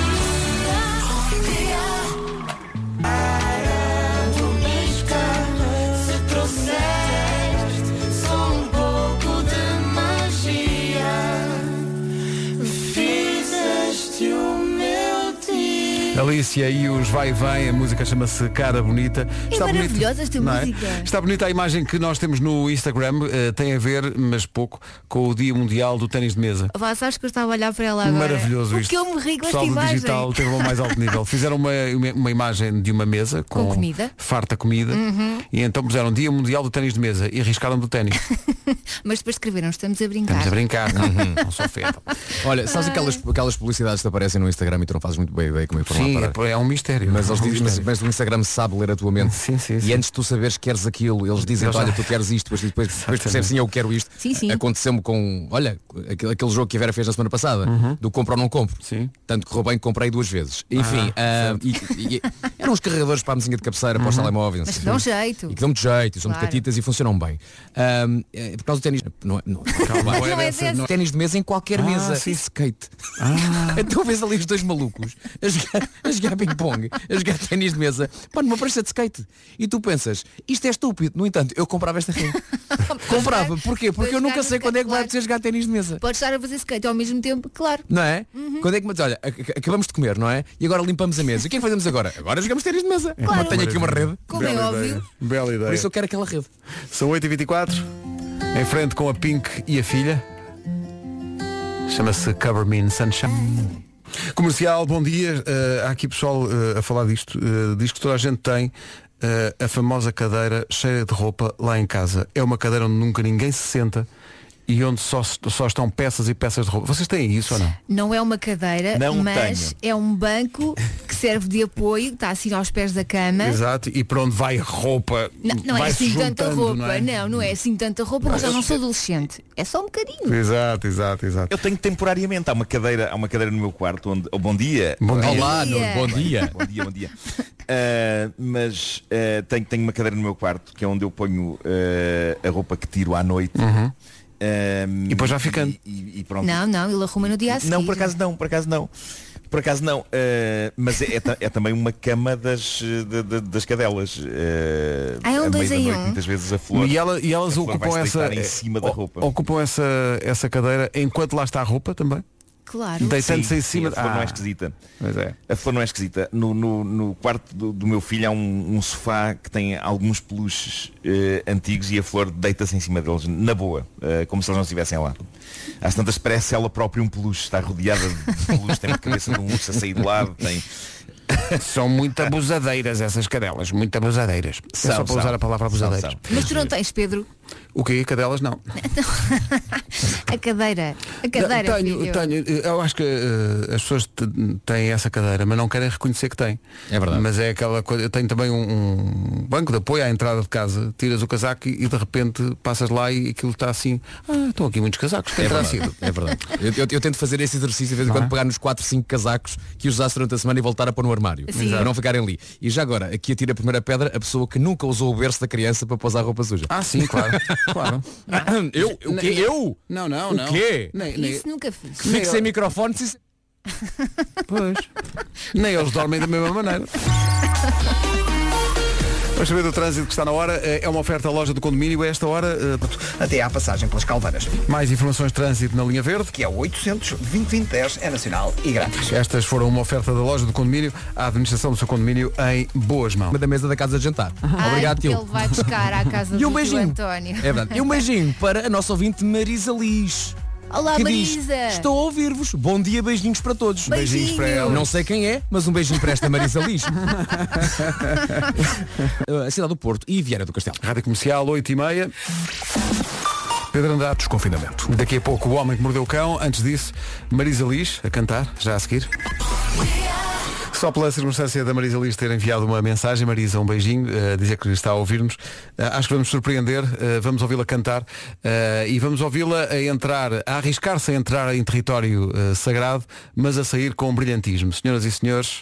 Speaker 1: Alicia e os Vai e Vem, a música chama-se Cara Bonita.
Speaker 3: É maravilhosa esta
Speaker 1: não é?
Speaker 3: música.
Speaker 1: Está bonita a imagem que nós temos no Instagram, uh, tem a ver, mas pouco, com o Dia Mundial do Ténis de Mesa.
Speaker 3: Vá, sabes que eu estava a olhar para ela agora.
Speaker 1: Maravilhoso
Speaker 3: o
Speaker 1: isto.
Speaker 3: que eu me ri com esta
Speaker 1: Pessoal do
Speaker 3: imagem.
Speaker 1: digital teve ao mais alto nível. Fizeram uma, uma, uma imagem de uma mesa com,
Speaker 3: Com comida.
Speaker 1: farta comida
Speaker 3: Uhum.
Speaker 1: e então puseram Dia Mundial do Ténis de Mesa e arriscaram do ténis.
Speaker 3: Mas depois escreveram, estamos a brincar.
Speaker 1: Estamos a brincar, não, não sou feito.
Speaker 8: Olha, sabes aquelas, aquelas publicidades que aparecem no Instagram e tu não fazes muito bem ideia como é que foram
Speaker 1: Sim,
Speaker 8: lá parar?
Speaker 1: é, é um mistério.
Speaker 8: Mas, eles
Speaker 1: É um
Speaker 8: dizem, mas,
Speaker 1: mistério.
Speaker 8: mas o Instagram sabe ler a tua mente.
Speaker 1: Sim, sim,
Speaker 8: e
Speaker 1: sim.
Speaker 8: antes de tu saberes que queres aquilo, eles dizem,
Speaker 1: Eles
Speaker 8: olha,
Speaker 1: já-
Speaker 8: tu queres isto, depois, depois, depois percebes, sim, eu quero isto.
Speaker 3: Sim, sim.
Speaker 8: Aconteceu-me com, olha, aquele, aquele jogo que a Vera fez na semana passada,
Speaker 1: Uhum.
Speaker 8: do compro ou não compro.
Speaker 1: Sim.
Speaker 8: Tanto correu bem que comprei duas vezes. Enfim,
Speaker 1: Ah,
Speaker 8: ah, e, e- eram uns carregadores para a mesinha de cabeceira, para os telemóveis.
Speaker 3: Mas
Speaker 8: não
Speaker 3: que dão
Speaker 8: sei.
Speaker 3: jeito.
Speaker 8: E que dão-te jeito, e são
Speaker 3: Claro.
Speaker 8: de catitas e funcionam bem. Ah, é, por causa do ténis. Não, é- não,
Speaker 1: Calma, não é
Speaker 3: Não é
Speaker 1: dessa,
Speaker 3: dessa.
Speaker 1: não-
Speaker 8: ténis de mesa em qualquer
Speaker 1: Ah,
Speaker 8: mesa.
Speaker 1: sim.
Speaker 8: E skate. Então vês ali os dois malucos a jogar, a jogar ping-pong, a jogar ténis de mesa, pá, numa prancha de skate. E tu pensas, isto é estúpido. No entanto, eu comprava esta rede. Comprava. Porquê? Porque eu nunca sei quando é que vai acontecer jogar ténis de mesa.
Speaker 3: Podes estar a fazer skate ao mesmo tempo, claro.
Speaker 8: Não é? Quando é que, mas olha, ac- acabamos de comer, não é? E agora limpamos a mesa. E o que é que fazemos agora? Agora jogamos ténis de mesa.
Speaker 3: Claro.
Speaker 8: Mas tenho aqui uma rede.
Speaker 3: Como é
Speaker 1: Bela
Speaker 3: óbvio.
Speaker 1: ideia. Bela ideia.
Speaker 8: Por isso eu quero aquela rede.
Speaker 1: São oito e vinte e quatro, em frente com a Pink e a filha. Chama-se Cover Me in Sunshine. Comercial, bom dia. Uh, há aqui pessoal uh, a falar disto. Uh, diz que toda a gente tem uh, a famosa cadeira cheia de roupa lá em casa. É uma cadeira onde nunca ninguém se senta e onde só, só estão peças e peças de roupa. Vocês têm isso ou não?
Speaker 3: Não é uma cadeira,
Speaker 14: Não
Speaker 3: mas
Speaker 14: tenho.
Speaker 3: é um banco que serve de apoio, está assim aos pés da cama.
Speaker 1: Exato. E para onde vai roupa?
Speaker 3: Não, não é
Speaker 1: vai-se
Speaker 3: assim tanta
Speaker 1: juntando,
Speaker 3: roupa,
Speaker 1: não é?
Speaker 3: não, não é assim tanta roupa, mas eu não sou adolescente. É só um bocadinho.
Speaker 1: Exato, exato, exato.
Speaker 14: Eu tenho temporariamente, há uma cadeira, há uma cadeira no meu quarto onde. Oh, bom dia.
Speaker 1: Bom dia.
Speaker 8: Olá,
Speaker 3: dia.
Speaker 8: Nuno, bom dia.
Speaker 14: Bom dia, bom dia. Uh, mas uh, tenho, tenho uma cadeira no meu quarto que é onde eu ponho uh, a roupa que tiro à noite.
Speaker 1: Uhum.
Speaker 14: Um,
Speaker 1: E depois já ficando.
Speaker 14: E, e- e pronto.
Speaker 3: Não, não, ele arruma no dia a seguir.
Speaker 14: Não, por acaso não, por acaso não. Por acaso não. Uh, mas é, é, ta- é também uma cama das, de- de- das cadelas. Uh,
Speaker 3: Ah, é um
Speaker 14: à
Speaker 3: dois
Speaker 14: meia da
Speaker 3: em
Speaker 14: noite,
Speaker 3: um.
Speaker 14: muitas vezes a flor.
Speaker 1: E, ela, e elas
Speaker 14: a flor
Speaker 1: ocupam
Speaker 14: vai-se
Speaker 1: essa
Speaker 14: deitar em cima da
Speaker 1: o-
Speaker 14: roupa.
Speaker 1: ocupam essa, essa cadeira enquanto lá está a roupa também?
Speaker 3: Claro.
Speaker 1: Deitando-se em cima.
Speaker 14: Sim, a flor
Speaker 1: Ah.
Speaker 14: não é esquisita.
Speaker 1: Mas é.
Speaker 14: A flor não é esquisita. No, no, no quarto do, do meu filho há um, um sofá que tem alguns peluches eh, antigos e a flor deita-se em cima deles, na boa, eh, como se eles não estivessem lá. Às tantas parece ela própria um peluche, está rodeada de peluches, tem a cabeça de um urso a sair do lado, tem...
Speaker 1: São muito abusadeiras essas cadelas, muito abusadeiras. É só
Speaker 14: São,
Speaker 1: para usar
Speaker 14: são.
Speaker 1: a palavra abusadeiras.
Speaker 14: São,
Speaker 3: Mas tu não tens, Pedro?
Speaker 1: O quê? Cadelas não.
Speaker 3: A cadeira. A cadeira,
Speaker 1: tenho,
Speaker 3: filho.
Speaker 1: tenho, eu acho que uh, as pessoas t- têm essa cadeira, mas não querem reconhecer que têm.
Speaker 8: É verdade.
Speaker 1: Mas é aquela coisa. Eu tenho também um, um banco de apoio à entrada de casa, tiras o casaco e, e de repente passas lá e aquilo está assim. Ah, estão aqui muitos casacos. Quem
Speaker 8: É
Speaker 1: terá
Speaker 8: verdade,
Speaker 1: sido?
Speaker 8: é verdade. Eu, eu- eu tento fazer esse exercício de vez em
Speaker 1: Não
Speaker 8: quando,
Speaker 1: é?
Speaker 8: pegar nos quatro, cinco casacos que usasse durante a semana e voltar a pôr no armário.
Speaker 3: Sim.
Speaker 8: Para não ficarem ali. E já agora, aqui atira a primeira pedra a pessoa que nunca usou o berço da criança para pousar a roupa suja.
Speaker 1: Ah, sim, claro. claro.
Speaker 8: Eu? O quê? Eu?
Speaker 1: Não, não,
Speaker 8: O
Speaker 1: não.
Speaker 8: quê?
Speaker 1: Nem, nem,
Speaker 3: Isso nunca fiz.
Speaker 8: Fique sem microfone. Se...
Speaker 1: pois. Nem eles dormem da mesma maneira. Vamos saber do trânsito que está na hora. É uma oferta à loja do condomínio. A esta hora, eh,
Speaker 2: Até à passagem pelas Calveiras,
Speaker 1: mais informações de trânsito na linha verde.
Speaker 2: que é o oitocentos, vinte, vinte, dez, é nacional e grátis.
Speaker 1: Estas foram uma oferta da loja do condomínio à administração do seu condomínio em boas mãos.
Speaker 8: Da mesa da casa de jantar.
Speaker 3: Ai,
Speaker 8: Obrigado,
Speaker 3: que
Speaker 8: tio.
Speaker 3: ele vai buscar à casa
Speaker 8: E
Speaker 3: do
Speaker 8: um
Speaker 3: tio
Speaker 8: beijinho.
Speaker 3: António.
Speaker 8: É verdade. E um beijinho para a nossa ouvinte Marisa Liz.
Speaker 3: Olá,
Speaker 8: que
Speaker 3: Marisa.
Speaker 8: diz, estou a ouvir-vos. Bom dia, beijinhos para todos.
Speaker 3: Beijinhos para ela.
Speaker 8: Não sei quem é, mas um beijinho para esta Marisa Liz. A cidade do Porto e Vieira do Castelo.
Speaker 1: Rádio Comercial, oito e meia. Pedro Andrade, desconfinamento. Daqui a pouco o Homem que Mordeu o Cão. Antes disso, Marisa Liz a cantar, já a seguir. Só pela circunstância da Marisa Liz ter enviado uma mensagem, Marisa, um beijinho, a dizer que está a ouvir-nos. Uh, acho que vamos surpreender, uh, vamos ouvi-la cantar uh, e vamos ouvi-la a entrar, a arriscar-se a entrar em território uh, sagrado, mas a sair com brilhantismo. Senhoras e senhores.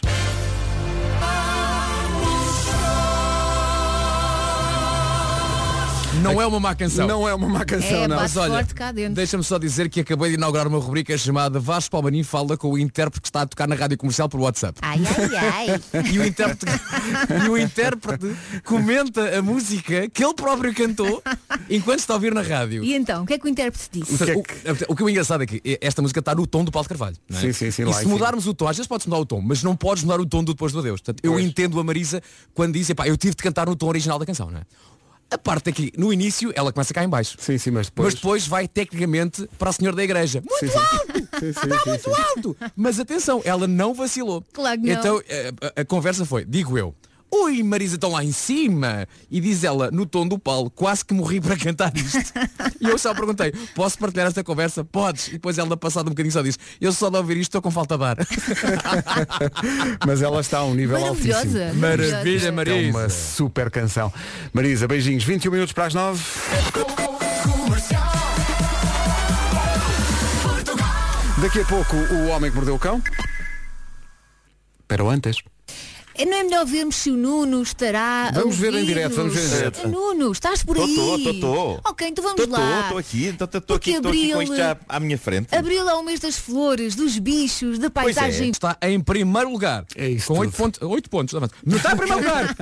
Speaker 8: Não é uma má canção.
Speaker 1: Não é uma má canção,
Speaker 3: É,
Speaker 1: não.
Speaker 3: bate
Speaker 8: Mas olha,
Speaker 3: forte cá dentro.
Speaker 8: deixa-me só dizer que acabei de inaugurar uma rubrica chamada Vasco Palmarim fala com o intérprete que está a tocar na rádio comercial por WhatsApp.
Speaker 3: Ai, ai, ai.
Speaker 8: E o intérprete, e o intérprete comenta a música que ele próprio cantou enquanto está a ouvir na rádio.
Speaker 3: E então, o que é que o intérprete disse?
Speaker 8: O, o, o que é engraçado é que esta música está no tom do Paulo de Carvalho. Não é?
Speaker 1: Sim, sim, sim,
Speaker 8: E
Speaker 1: lá
Speaker 8: se
Speaker 1: em
Speaker 8: mudarmos o tom, às vezes podes mudar o tom, mas não podes mudar o tom do Depois do Adeus. Portanto, eu
Speaker 1: Pois.
Speaker 8: entendo a Marisa quando diz, epá, eu tive de cantar no tom original da canção, não é? A parte aqui, no início, ela começa cá em baixo.
Speaker 1: Sim, sim, mas depois.
Speaker 8: Mas depois vai tecnicamente para a senhora da igreja. Muito
Speaker 1: Sim, sim.
Speaker 8: alto!
Speaker 1: Sim, sim,
Speaker 8: Está
Speaker 1: sim,
Speaker 8: muito
Speaker 1: sim.
Speaker 8: alto! Mas atenção, ela não vacilou.
Speaker 3: Claro que não.
Speaker 8: Então a, a- a conversa foi, digo eu, ui Marisa, estão lá em cima. E diz ela, no tom do Paulo, quase que morri para cantar isto. E eu só perguntei, posso partilhar esta conversa? Podes. E depois ela, passado um bocadinho, só disse, eu só de ouvir isto estou com falta de ar.
Speaker 1: Mas ela está a um nível
Speaker 3: Maravilhosa.
Speaker 1: altíssimo.
Speaker 8: Maravilha,
Speaker 1: É
Speaker 8: Marisa.
Speaker 1: uma super canção. Marisa, beijinhos. vinte e um minutos para as nove. Daqui a pouco o Homem que Mordeu o Cão. Pero antes.
Speaker 3: Não é melhor vermos se o Nuno estará. a
Speaker 1: Vamos ver em
Speaker 3: ouvir-nos?
Speaker 1: direto, vamos ver em direto.
Speaker 3: Nuno, estás por
Speaker 14: Tô,
Speaker 3: aí?
Speaker 14: tô, tô, tô.
Speaker 3: Ok, então vamos
Speaker 14: Tô,
Speaker 3: lá.
Speaker 14: tô, tô aqui, tô, tô, tô
Speaker 3: Porque
Speaker 14: aqui, tô aqui com
Speaker 3: Abril-
Speaker 14: isto já à minha frente.
Speaker 3: Abril é o mês das flores, dos bichos, da
Speaker 14: Pois é.
Speaker 3: paisagem.
Speaker 8: Está em primeiro lugar.
Speaker 1: É isso
Speaker 8: Com
Speaker 1: tudo.
Speaker 8: oito pontos. oito pontos. Não está em primeiro lugar.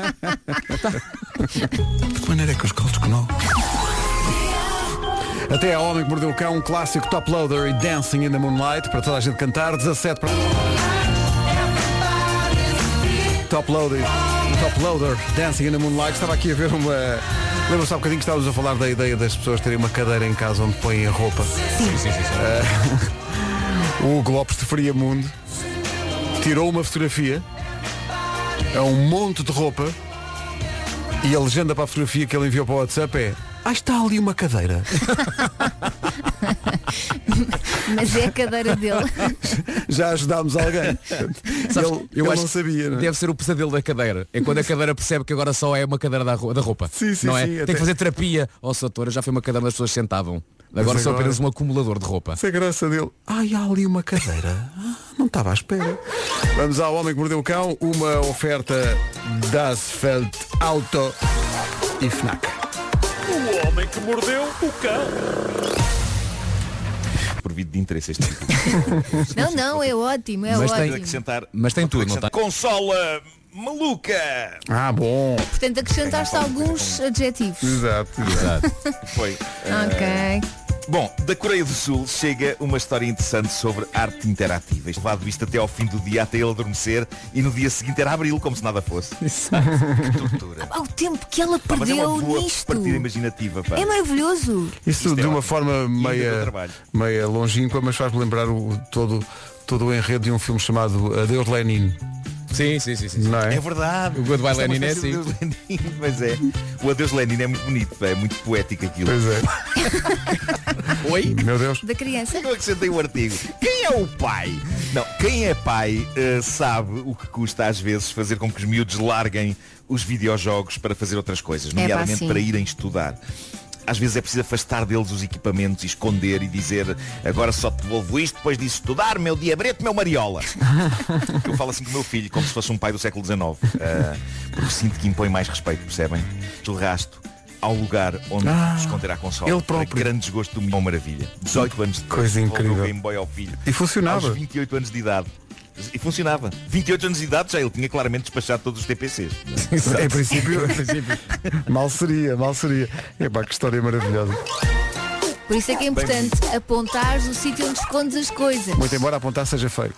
Speaker 1: De que maneira é que os caldos conou? Até ao Homem que Mordeu o Cão, um clássico Top Loader e Dancing in the Moonlight, para toda a gente cantar, dezassete para... Top Loader, Top Loader, Dancing in the Moonlight. Estava aqui a ver uma... Lembra-se há bocadinho que estávamos a falar da ideia das pessoas terem uma cadeira em casa onde põem a roupa.
Speaker 8: Sim, sim, sim. sim.
Speaker 1: O Hugo Lopes de Friamundo tirou uma fotografia a um monte de roupa e a legenda para a fotografia que ele enviou para o WhatsApp é: ah, está ali uma cadeira.
Speaker 3: Mas é a cadeira dele.
Speaker 1: Já ajudámos alguém.
Speaker 8: Sabes,
Speaker 1: ele
Speaker 8: eu
Speaker 1: ele
Speaker 8: acho
Speaker 1: não sabia, não é?
Speaker 8: Deve ser o pesadelo da cadeira. É quando a cadeira percebe que agora só é uma cadeira da ro- da roupa.
Speaker 1: Sim, sim,
Speaker 8: não é?
Speaker 1: sim,
Speaker 8: Tem
Speaker 1: até-
Speaker 8: que fazer terapia. Ó, Soutora, já foi uma cadeira onde as pessoas sentavam. Agora
Speaker 1: Mas
Speaker 8: só
Speaker 1: agora-
Speaker 8: apenas um acumulador de roupa.
Speaker 1: Essa é a graça dele. Ai, há ali uma cadeira. Ah, não estava à espera. Vamos ao Homem que Mordeu o Cão. Uma oferta das Feld Auto e FNAC.
Speaker 13: O homem que mordeu o cão.
Speaker 14: Provido de interesse este tipo.
Speaker 3: Não, não, é ótimo, é
Speaker 8: Mas tem-
Speaker 3: ótimo.
Speaker 14: acrescentar,
Speaker 8: Mas tem tudo, não tem?
Speaker 14: Consola maluca.
Speaker 1: Ah, bom.
Speaker 3: Portanto, acrescentaste alguns adjetivos.
Speaker 1: Exato, exato.
Speaker 14: Foi.
Speaker 3: Ok.
Speaker 14: Bom, da Coreia do Sul chega uma história interessante sobre arte interativa. Isto levado isto até ao fim do dia, até ele adormecer, e no dia seguinte era abri-lo como se nada fosse. Que tortura.
Speaker 3: Ao tempo que ela
Speaker 14: Pá, mas é
Speaker 3: perdeu
Speaker 14: uma boa
Speaker 3: nisto.
Speaker 14: partida imaginativa. Pá.
Speaker 3: É maravilhoso.
Speaker 1: Isso
Speaker 14: Isto
Speaker 1: de
Speaker 14: é
Speaker 1: uma
Speaker 14: ótimo.
Speaker 1: forma
Speaker 14: E ainda deu
Speaker 1: meia,
Speaker 14: trabalho.
Speaker 1: meia longínqua, mas faz-me lembrar o, todo, todo o enredo de um filme chamado Adeus Lenin.
Speaker 8: Sim, sim, sim, sim.
Speaker 1: Não é?
Speaker 14: É verdade.
Speaker 8: O Goodbye
Speaker 14: Isto é uma
Speaker 8: Lenin é
Speaker 14: espécie de
Speaker 8: assim.
Speaker 14: Adeus Lenin, Mas é. O Adeus Lenin é muito bonito, pá, é muito poético aquilo.
Speaker 1: Pois é.
Speaker 8: Oi?
Speaker 1: Meu Deus.
Speaker 3: Da criança.
Speaker 14: Eu acrescentei o artigo. Quem é o pai? Não, quem é pai eh, sabe o que custa às vezes fazer com que os miúdos larguem os videojogos para fazer outras coisas, nomeadamente
Speaker 3: sim.
Speaker 14: para irem estudar. Às vezes é preciso afastar deles os equipamentos e esconder e dizer agora só te devolvo isto depois de estudar, meu diabrete, meu mariola. Eu falo assim com o meu filho, como se fosse um pai do século dezenove. Uh, porque sinto que impõe mais respeito, percebem? O rasto ao lugar onde
Speaker 1: Ah,
Speaker 14: esconder a consola.
Speaker 1: ele
Speaker 14: Para
Speaker 1: próprio.
Speaker 14: grande desgosto do meu maravilha. dezoito anos de
Speaker 1: Coisa incrível.
Speaker 14: o Game Boy ao filho.
Speaker 1: E funcionava.
Speaker 14: Aos vinte e oito anos de idade. E funcionava. vinte e oito anos de idade já ele tinha claramente despachado todos os T P Cs.
Speaker 1: Em princípio, em princípio, mal seria, mal seria. Epá, que história maravilhosa.
Speaker 3: Por isso é que é importante apontares o sítio onde escondes as coisas.
Speaker 1: Muito embora apontar seja feio.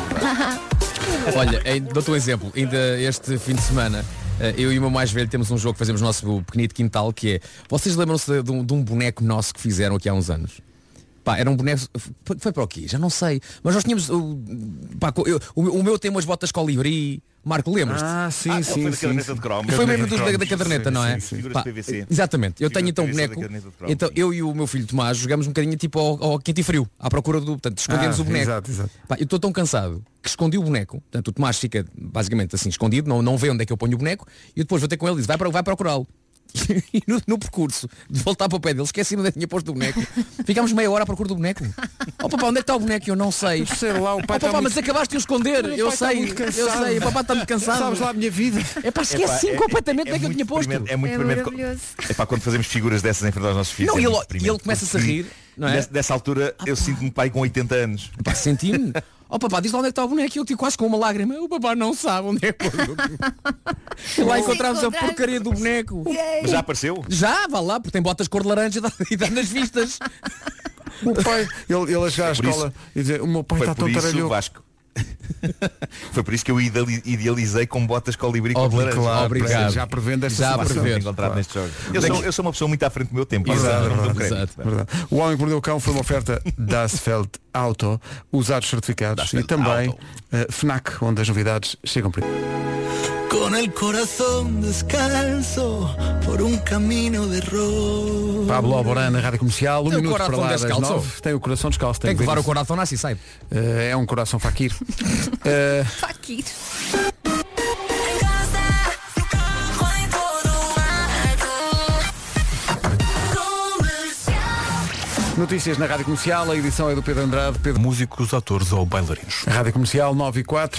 Speaker 8: Olha, em- dou-te um exemplo. Ainda este fim de semana, eh, eu e o meu mais velho temos um jogo que fazemos no nosso pequenito quintal, que é... Vocês lembram-se de, um- de um boneco nosso que fizeram aqui há uns anos? Pá, era um boneco... Foi, foi para o quê? Já não sei. Mas nós tínhamos... o- Pá, eu- o, o meu tem umas botas colibri. Marco, lembras-te?
Speaker 1: Ah, sim,
Speaker 14: Ah,
Speaker 1: sim,
Speaker 14: foi da
Speaker 1: sim.
Speaker 14: caderneta de cromos.
Speaker 8: Foi mesmo
Speaker 1: Caderneta
Speaker 8: dos
Speaker 1: de
Speaker 8: da, da
Speaker 1: cromos.
Speaker 8: caderneta,
Speaker 1: Sim,
Speaker 8: não é?
Speaker 1: sim, sim.
Speaker 14: Figuras
Speaker 8: Pá,
Speaker 14: de P V C.
Speaker 8: Exatamente. Eu
Speaker 14: Figuras
Speaker 8: tenho
Speaker 14: de
Speaker 8: então um
Speaker 14: P V C da
Speaker 8: boneco.
Speaker 14: caderneta de cromos,
Speaker 8: Então
Speaker 14: sim.
Speaker 8: eu e o meu filho Tomás jogamos um bocadinho tipo ao, ao quente e frio, à procura do. Portanto, escondemos
Speaker 1: Ah,
Speaker 8: o boneco.
Speaker 1: exato, exato.
Speaker 8: Pá, eu estou tão cansado que escondi o boneco. Portanto, o Tomás fica basicamente assim escondido, não, não vê onde é que eu ponho o boneco, e eu depois vou ter com ele e diz, vai, para, vai procurá-lo. E no, no percurso de voltar para o pé dele, esqueci-me onde é que tinha posto o boneco. Ficámos meia hora à procura do boneco. Oh papá, onde é que está o boneco? Eu não sei.
Speaker 1: Sei lá, o pai
Speaker 8: Oh,
Speaker 1: está
Speaker 8: papá,
Speaker 1: muito-
Speaker 8: mas acabaste de o esconder.
Speaker 1: O
Speaker 8: Eu
Speaker 1: pai está
Speaker 8: sei,
Speaker 1: muito
Speaker 8: eu
Speaker 1: cansado.
Speaker 8: sei. O papá está muito cansado.
Speaker 1: Sabes lá a minha vida.
Speaker 8: É pá, esqueci
Speaker 14: Epá, é-
Speaker 8: completamente onde é que eu
Speaker 14: muito
Speaker 8: tinha posto.
Speaker 14: deprimente, É muito
Speaker 3: É
Speaker 14: deprimente.
Speaker 3: maravilhoso.
Speaker 14: Epá, quando fazemos figuras dessas em frente aos nossos filhos.
Speaker 8: Não,
Speaker 14: é
Speaker 8: e
Speaker 14: muito
Speaker 8: ele,
Speaker 14: deprimente,
Speaker 8: ele começa-se a
Speaker 14: porque
Speaker 8: rir, não é?
Speaker 14: Dessa, dessa altura eu sinto-me pai com oitenta anos.
Speaker 8: Pá, senti-me. Oh papá, diz lá onde é que está o boneco. E eu tive quase com uma lágrima. O papá não sabe onde é que pôs. E lá encontramos a
Speaker 3: encontraste.
Speaker 8: porcaria do boneco.
Speaker 14: Mas já apareceu?
Speaker 8: Já, vá lá, porque tem botas cor de laranja e dá- e dá nas vistas.
Speaker 1: O pai, ele, ele a chegar à
Speaker 14: Por
Speaker 1: escola e dizer, o meu pai
Speaker 14: Foi
Speaker 1: está
Speaker 14: por
Speaker 1: tão
Speaker 14: isso,
Speaker 1: taralhão.
Speaker 14: Vasco. Foi por isso que eu ideali- idealizei com botas colibri com
Speaker 8: Óbvio,
Speaker 14: laranja.
Speaker 8: claro. Obrigado.
Speaker 1: Já prevendo esta
Speaker 8: Já
Speaker 1: situação.
Speaker 8: prevendo.
Speaker 14: encontrado
Speaker 1: Claro.
Speaker 14: neste jogo. Eu sou, eu sou uma pessoa muito à frente do meu tempo.
Speaker 1: Verdade,
Speaker 14: não dou
Speaker 1: verdade,
Speaker 14: crédito.
Speaker 8: exato.
Speaker 1: Verdade. O Homem que Mordeu o Cão foi uma oferta da Asfeld Auto, usados certificados,
Speaker 14: Dasfeld
Speaker 1: e também
Speaker 14: Auto.
Speaker 1: eh, FNAC, onde as novidades chegam primeiro.
Speaker 13: Con el corazón descalzo por un camino de rosa.
Speaker 1: Pablo Alborán na Rádio Comercial, um
Speaker 8: Tem o
Speaker 1: minuto para
Speaker 8: coração
Speaker 1: lá das
Speaker 8: descalço.
Speaker 1: nove. Tem o coração descalço.
Speaker 8: Tem que
Speaker 1: ver
Speaker 8: levar o
Speaker 1: isso.
Speaker 8: coração nasce e sai.
Speaker 1: Eh, é um coração faquir. Eh,
Speaker 3: Faquir.
Speaker 1: notícias na Rádio Comercial, a edição é do Pedro Andrade. Pedro...
Speaker 9: Músicos, atores ou bailarinos.
Speaker 1: Rádio Comercial nove e quatro.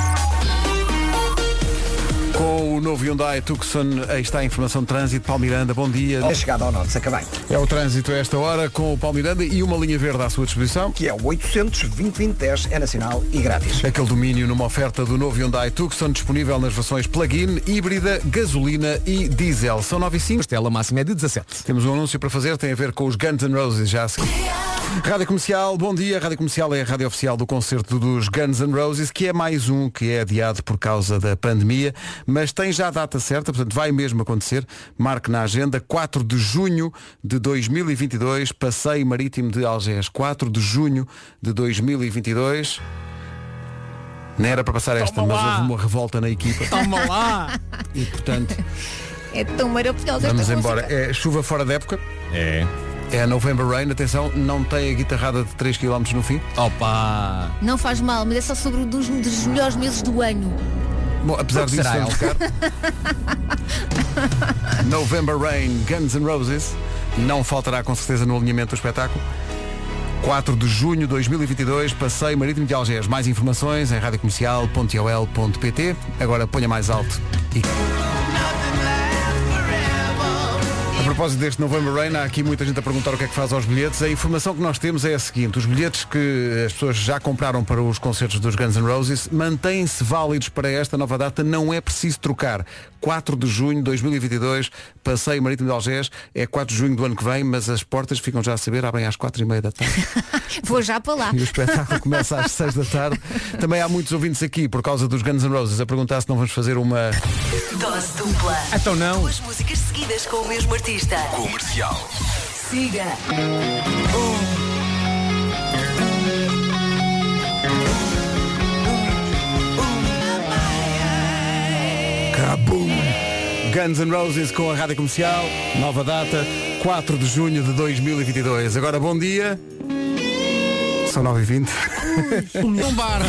Speaker 1: Com o novo Hyundai Tucson, aí está a informação de trânsito. Paulo Miranda, bom dia.
Speaker 2: É chegada ao norte, acabei.
Speaker 1: É o trânsito a esta hora com o Paulo Miranda e uma linha verde à sua disposição.
Speaker 2: Que é o oitocentos, vinte, vinte, dez, é nacional e grátis.
Speaker 1: Aquele domínio numa oferta do novo Hyundai Tucson, disponível nas versões plug-in, híbrida, gasolina e diesel. São nove e cinco.
Speaker 8: A estela máxima é de dezassete.
Speaker 1: Temos um anúncio para fazer, tem a ver com os Guns N' Roses já a seguir. Rádio Comercial, bom dia. Rádio Comercial é a rádio oficial do concerto dos Guns N' Roses, que é mais um que é adiado por causa da pandemia, mas tem já a data certa, portanto vai mesmo acontecer. Marque na agenda, quatro de junho de dois mil e vinte e dois, Passeio Marítimo de Algés. quatro de junho de dois mil e vinte e dois. Não era para passar esta,
Speaker 8: Toma
Speaker 1: mas
Speaker 8: lá.
Speaker 1: houve uma revolta na equipa
Speaker 8: Toma lá!
Speaker 1: e, portanto,
Speaker 3: É tão maravilhosa
Speaker 1: vamos
Speaker 3: esta
Speaker 1: embora.
Speaker 3: música.
Speaker 1: É chuva fora de época.
Speaker 8: É.
Speaker 1: É a November Rain, atenção, não tem a guitarrada de três quilómetros no fim.
Speaker 8: Opa!
Speaker 3: Não faz mal, mas é só sobre um dos, dos melhores meses do ano.
Speaker 1: Bom, apesar
Speaker 8: Por que
Speaker 1: disso,
Speaker 8: será,
Speaker 1: vamos tocar. November Rain, Guns N' Roses. Não faltará com certeza no alinhamento do espetáculo. quatro de junho de dois mil e vinte e dois, Passeio Marítimo de Algés. Mais informações em radiocomercial ponto i o l ponto p t. Agora ponha mais alto. E... A propósito deste November Rain, há aqui muita gente a perguntar o que é que faz aos bilhetes. A informação que nós temos é a seguinte: os bilhetes que as pessoas já compraram para os concertos dos Guns N' Roses mantêm-se válidos para esta nova data, não é preciso trocar. quatro de junho de dois mil e vinte e dois, Passeio Marítimo de Algés, é quatro de junho do ano que vem, mas as portas ficam já a saber, abrem às quatro e meia da tarde.
Speaker 3: Vou já para lá.
Speaker 1: E o espetáculo começa às seis da tarde. Também há muitos ouvintes aqui, por causa dos Guns N' Roses, a perguntar se não vamos fazer uma...
Speaker 15: Dose dupla.
Speaker 8: Então não.
Speaker 15: Duas músicas seguidas com o mesmo artista.
Speaker 4: Comercial.
Speaker 15: Siga.
Speaker 1: Cabum! Guns N' Roses com a Rádio Comercial, nova data, quatro de junho de dois mil e vinte e dois. Agora bom dia. São nove e vinte.
Speaker 8: Um bar.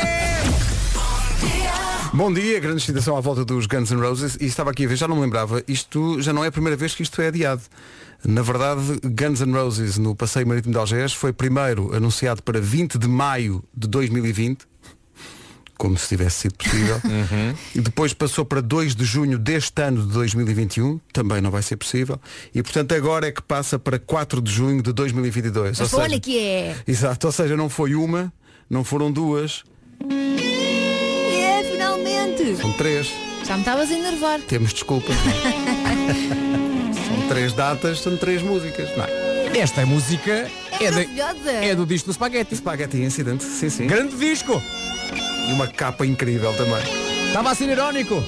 Speaker 1: Bom dia, grande excitação à volta dos Guns N' Roses. E estava aqui a ver, já não me lembrava, isto já não é a primeira vez que isto é adiado. Na verdade, Guns N' Roses no Passeio Marítimo de Algés foi primeiro anunciado para vinte de maio de dois mil e vinte, como se tivesse sido possível. Uhum. E depois passou para dois de junho deste ano de dois mil e vinte e um, também não vai ser possível. E portanto agora é que passa para quatro de junho de dois mil e vinte e dois.
Speaker 3: Mas
Speaker 1: ou
Speaker 3: olha
Speaker 1: seja,
Speaker 3: que é.
Speaker 1: Exato, ou seja, não foi uma, não foram duas.
Speaker 3: É, finalmente.
Speaker 1: São três.
Speaker 3: Já me estavas a enervar.
Speaker 1: Temos desculpa. São três datas, são três músicas. Não é?
Speaker 8: Esta música é,
Speaker 3: É
Speaker 8: de-
Speaker 3: maravilhosa.
Speaker 8: é do disco do Spaghetti.
Speaker 1: Spaghetti Incident, sim, sim.
Speaker 8: Grande disco.
Speaker 1: E uma capa incrível também.
Speaker 8: Estava a ser irónico.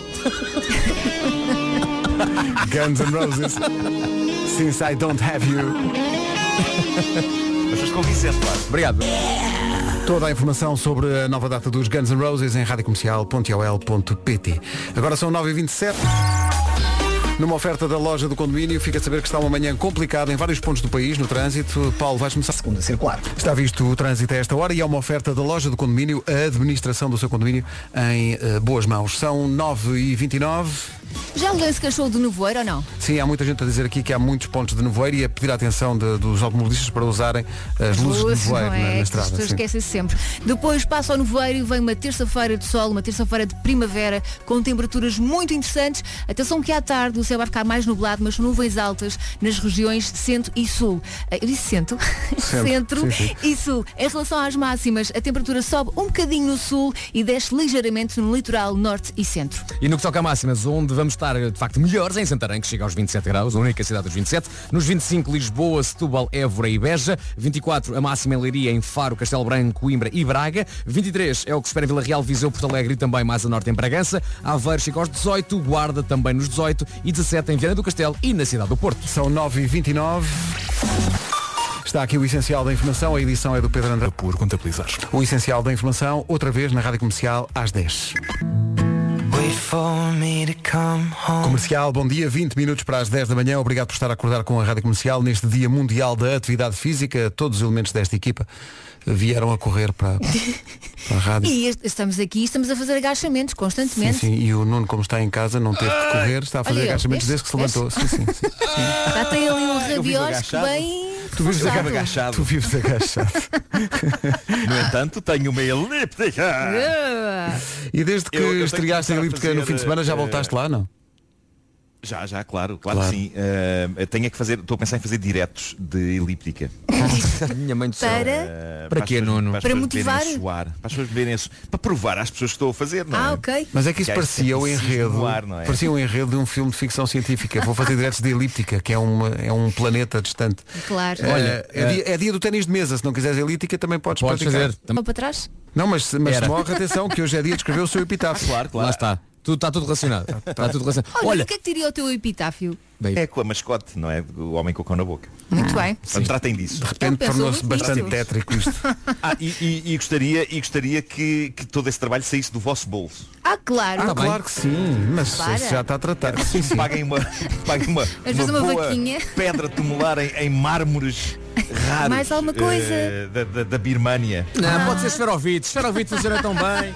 Speaker 1: Guns N' Roses. Since I Don't Have You.
Speaker 14: Mas foste convincente, claro.
Speaker 8: Obrigado.
Speaker 1: Toda a informação sobre a nova data dos Guns N' Roses em radiocomercial ponto ol ponto pt. Agora são nove e vinte e sete. Numa oferta da loja do condomínio, fica a saber que está uma manhã complicada em vários pontos do país, no trânsito. Paulo, vais começar.
Speaker 2: Segunda circular.
Speaker 1: Está visto o trânsito a esta hora e é uma oferta da loja do condomínio, a administração do seu condomínio em uh, boas mãos. São nove e vinte e nove.
Speaker 3: Já alguém se queixou do nevoeiro ou não?
Speaker 1: Sim, há muita gente a dizer aqui que há muitos pontos de nevoeiro e a pedir a atenção de, dos automobilistas para usarem as luzes,
Speaker 3: Luzes,
Speaker 1: de nevoeiro
Speaker 3: não é?
Speaker 1: na, na
Speaker 3: Que
Speaker 1: estrada.
Speaker 3: As pessoas
Speaker 1: sim.
Speaker 3: esquecem-se sempre. Depois passa ao nevoeiro e vem uma terça-feira de sol, uma terça-feira de primavera, com temperaturas muito interessantes. Atenção que à tarde o céu vai ficar mais nublado, mas nuvens altas nas regiões centro e sul. Eh, Eu disse centro?
Speaker 1: Centro,
Speaker 3: Centro
Speaker 1: sim, sim.
Speaker 3: e sul. Em relação às máximas, a temperatura sobe um bocadinho no sul e desce ligeiramente no litoral norte e centro.
Speaker 8: E no que toca a máximas, onde vamos estar de facto melhores, em Santarém, que chega aos vinte e sete graus, a única cidade dos vinte e sete. Nos vinte e cinco, Lisboa, Setúbal, Évora e Beja. vinte e quatro, a máxima em Leiria, em Faro, Castelo Branco, Coimbra e Braga. vinte e três é o que se espera em Vila Real, Viseu, Porto Alegre e também mais a norte em Bragança. Aveiro chega aos dezoito, Guarda também nos dezoito e dezassete em Viana do Castelo e na cidade do Porto.
Speaker 1: São nove e vinte e nove. Está aqui o essencial da informação, a edição é do Pedro André.
Speaker 9: Por contabilizar.
Speaker 1: O essencial da informação, outra vez na Rádio Comercial, às dez. Comercial, bom dia, vinte minutos para as dez da manhã. Obrigado por estar a acordar com a Rádio Comercial neste Dia Mundial da Atividade Física. Todos os elementos desta equipa vieram a correr para, para a rádio.
Speaker 3: E este- estamos aqui, estamos a fazer agachamentos
Speaker 1: Sim,
Speaker 3: constantemente.
Speaker 1: sim, e o Nuno, como está em casa, não teve que correr, está a fazer
Speaker 3: Olha,
Speaker 1: agachamentos
Speaker 3: vês?
Speaker 1: desde que se levantou. Sim, sim, sim.
Speaker 3: Já tem ali um
Speaker 14: vivo
Speaker 3: rabiosco
Speaker 14: agachado.
Speaker 3: bem.
Speaker 1: Tu vives
Speaker 3: reforçado.
Speaker 14: agachado.
Speaker 1: Tu vives agachado.
Speaker 14: No entanto, tenho uma elíptica.
Speaker 3: Ah.
Speaker 1: E desde que
Speaker 14: Eu- eu tenho que
Speaker 1: estreaste em
Speaker 14: começar a
Speaker 1: elíptica no
Speaker 14: fazer,
Speaker 1: fim de semana, já
Speaker 14: eh,
Speaker 1: voltaste lá, não?
Speaker 14: Já, já, claro, claro,
Speaker 1: Claro.
Speaker 14: que sim. Uh, tenho é que fazer, estou a pensar em fazer diretos de elíptica.
Speaker 8: Minha mãe do céu.
Speaker 3: Para?
Speaker 14: Uh,
Speaker 8: Para
Speaker 14: as
Speaker 8: quê,
Speaker 14: pessoas-
Speaker 8: Nuno?
Speaker 14: Para, as
Speaker 3: Para
Speaker 14: pessoas verem
Speaker 3: motivar?
Speaker 14: suar, para as pessoas verem su- para provar às pessoas que estou a fazer, não é?
Speaker 3: Ah, ok.
Speaker 1: Mas é que isso
Speaker 14: Que há este
Speaker 1: parecia o
Speaker 14: tecnicismo
Speaker 1: enredo,
Speaker 14: no ar, não é?
Speaker 1: parecia um enredo de um filme de ficção científica. Vou fazer diretos de elíptica, que é, uma, é um planeta distante.
Speaker 3: Claro.
Speaker 1: Olha, é,
Speaker 8: eh,
Speaker 1: dia, é dia do ténis de mesa. Se não quiseres elíptica, também podes,
Speaker 8: Podes
Speaker 1: praticar.
Speaker 8: fazer. Tam-
Speaker 3: Vou para trás?
Speaker 1: Não, mas, mas
Speaker 8: Era.
Speaker 1: morre, atenção, que hoje é dia de escrever o seu epitáfio.
Speaker 14: Claro, claro.
Speaker 8: Lá está. Tudo, está tudo relacionado. Está tudo relacionado.
Speaker 3: Olha,
Speaker 8: Olha,
Speaker 3: o que é que diria o teu epitáfio?
Speaker 8: bem,
Speaker 14: É com a mascote, não é? O homem com o cão na boca.
Speaker 3: Muito bem.
Speaker 14: Portanto, tratem disso.
Speaker 1: De repente
Speaker 3: pensou
Speaker 1: tornou-se
Speaker 3: muito
Speaker 1: bastante
Speaker 3: nisso.
Speaker 1: tétrico isto.
Speaker 14: Ah, e, e- e gostaria, e gostaria que, que todo esse trabalho saísse do vosso bolso.
Speaker 3: Ah, claro.
Speaker 1: Ah, claro que sim, mas
Speaker 3: Para.
Speaker 1: isso já está tratado.
Speaker 14: Sim,
Speaker 1: Sim, sim.
Speaker 14: Paguem uma, paguem uma,
Speaker 3: Às vezes uma
Speaker 14: boa
Speaker 3: vaquinha.
Speaker 14: pedra tumolar em, em mármores raros.
Speaker 3: Mais alguma coisa?
Speaker 14: eh, da, da, da Birmânia.
Speaker 8: não, pode ser esferovite. Esferovite funciona tão bem.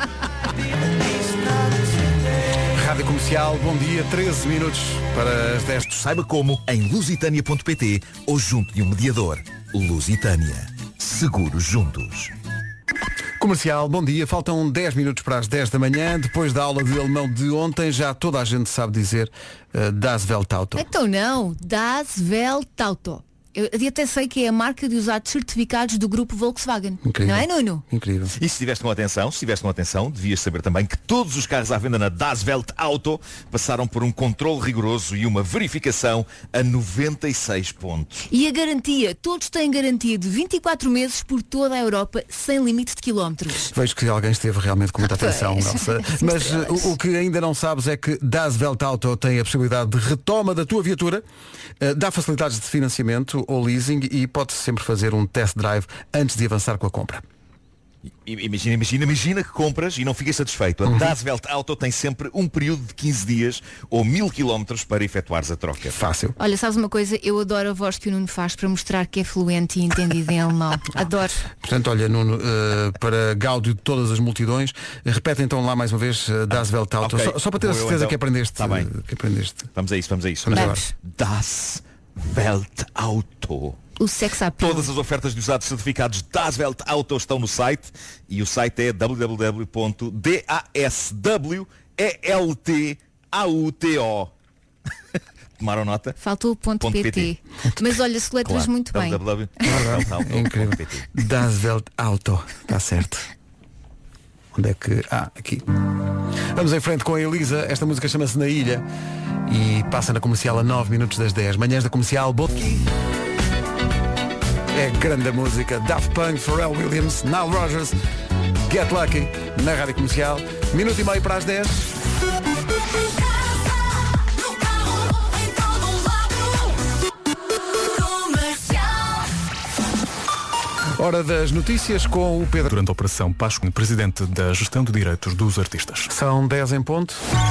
Speaker 1: Rádio Comercial, bom dia, treze minutos para as dez.
Speaker 12: Saiba como em lusitânia ponto pt ou junto de um mediador. Lusitânia. Seguros juntos.
Speaker 1: Comercial, bom dia. Faltam dez minutos para as dez da manhã. Depois da aula de alemão de ontem, já toda a gente sabe dizer uh, Das Welt Auto.
Speaker 3: Então não, Das Welt Auto. Eu até sei que é a marca de usados certificados do grupo Volkswagen.
Speaker 14: Incrível.
Speaker 3: Não é, Nuno?
Speaker 1: Incrível.
Speaker 14: E se estiveste com atenção, se estiveste com atenção, devias saber também que todos os carros à venda na Das Welt Auto passaram por um controle rigoroso e uma verificação a noventa e seis pontos.
Speaker 3: E a garantia, todos têm garantia de vinte e quatro meses por toda a Europa, sem limite de quilómetros.
Speaker 1: Vejo que alguém esteve realmente com muita atenção, Elsa. Mas uh, o, o que ainda não sabes é que Das Welt Auto tem a possibilidade de retoma da tua viatura, uh, dá facilidades de financiamento ou leasing e pode-se sempre fazer um test drive antes de avançar com a compra.
Speaker 14: Imagina, imagina, imagina que compras e não ficas satisfeito. A
Speaker 1: Uhum.
Speaker 14: Das Welt Auto tem sempre um período de quinze dias ou mil quilómetros para efetuares a troca.
Speaker 1: Fácil.
Speaker 3: Olha, sabes uma coisa? Eu adoro a voz que o Nuno faz para mostrar que é fluente e entendido em alemão. Adoro.
Speaker 1: Portanto, olha, Nuno, uh, para gáudio de todas as multidões, repete então lá mais uma vez uh, Das Welt Auto,
Speaker 14: Ok.
Speaker 1: só, só para ter a
Speaker 14: Vou eu,
Speaker 1: certeza
Speaker 14: então.
Speaker 1: que aprendeste.
Speaker 14: Tá bem.
Speaker 1: uh, que aprendeste.
Speaker 14: Vamos a isso, vamos a isso.
Speaker 1: Vamos
Speaker 14: Vamos Das Welt Auto.
Speaker 3: O sex appeal.
Speaker 14: Todas as ofertas de usados certificados Das Welt Auto estão no site e o site é w w w ponto das w welt auto. Tomaram nota?
Speaker 3: Faltou o ponto,
Speaker 14: Ponto
Speaker 3: .pt.
Speaker 14: PT.
Speaker 3: Mas olha, se letras
Speaker 14: Claro.
Speaker 3: muito bem.
Speaker 14: www.
Speaker 1: É incrível. Das Welt Auto. Está certo. Onde é que... Ah, aqui. Vamos em frente com a Elisa. Esta música chama-se Na Ilha e passa na comercial a nove minutos das dez. Manhãs da comercial. Bom... É grande a música. Daft Punk, Pharrell Williams, Nile Rodgers, Get Lucky, na rádio comercial. Minuto e meio para as dez. Hora das notícias com o Pedro.
Speaker 16: Durante a Operação Páscoa, presidente da Gestão de Direitos dos Artistas.
Speaker 1: São dez em ponto.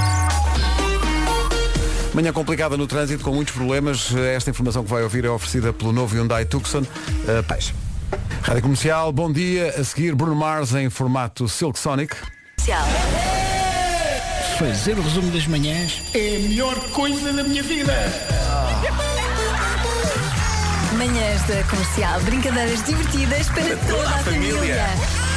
Speaker 1: Manhã complicada no trânsito, com muitos problemas. Esta informação que vai ouvir é oferecida pelo novo Hyundai Tucson. Uh, Peixe. Rádio Comercial, bom dia. A seguir, Bruno Mars em formato Silk Sonic.
Speaker 17: Fazer o resumo das manhãs é a melhor coisa da minha vida.
Speaker 10: Manhãs da Comercial, brincadeiras divertidas para toda a família.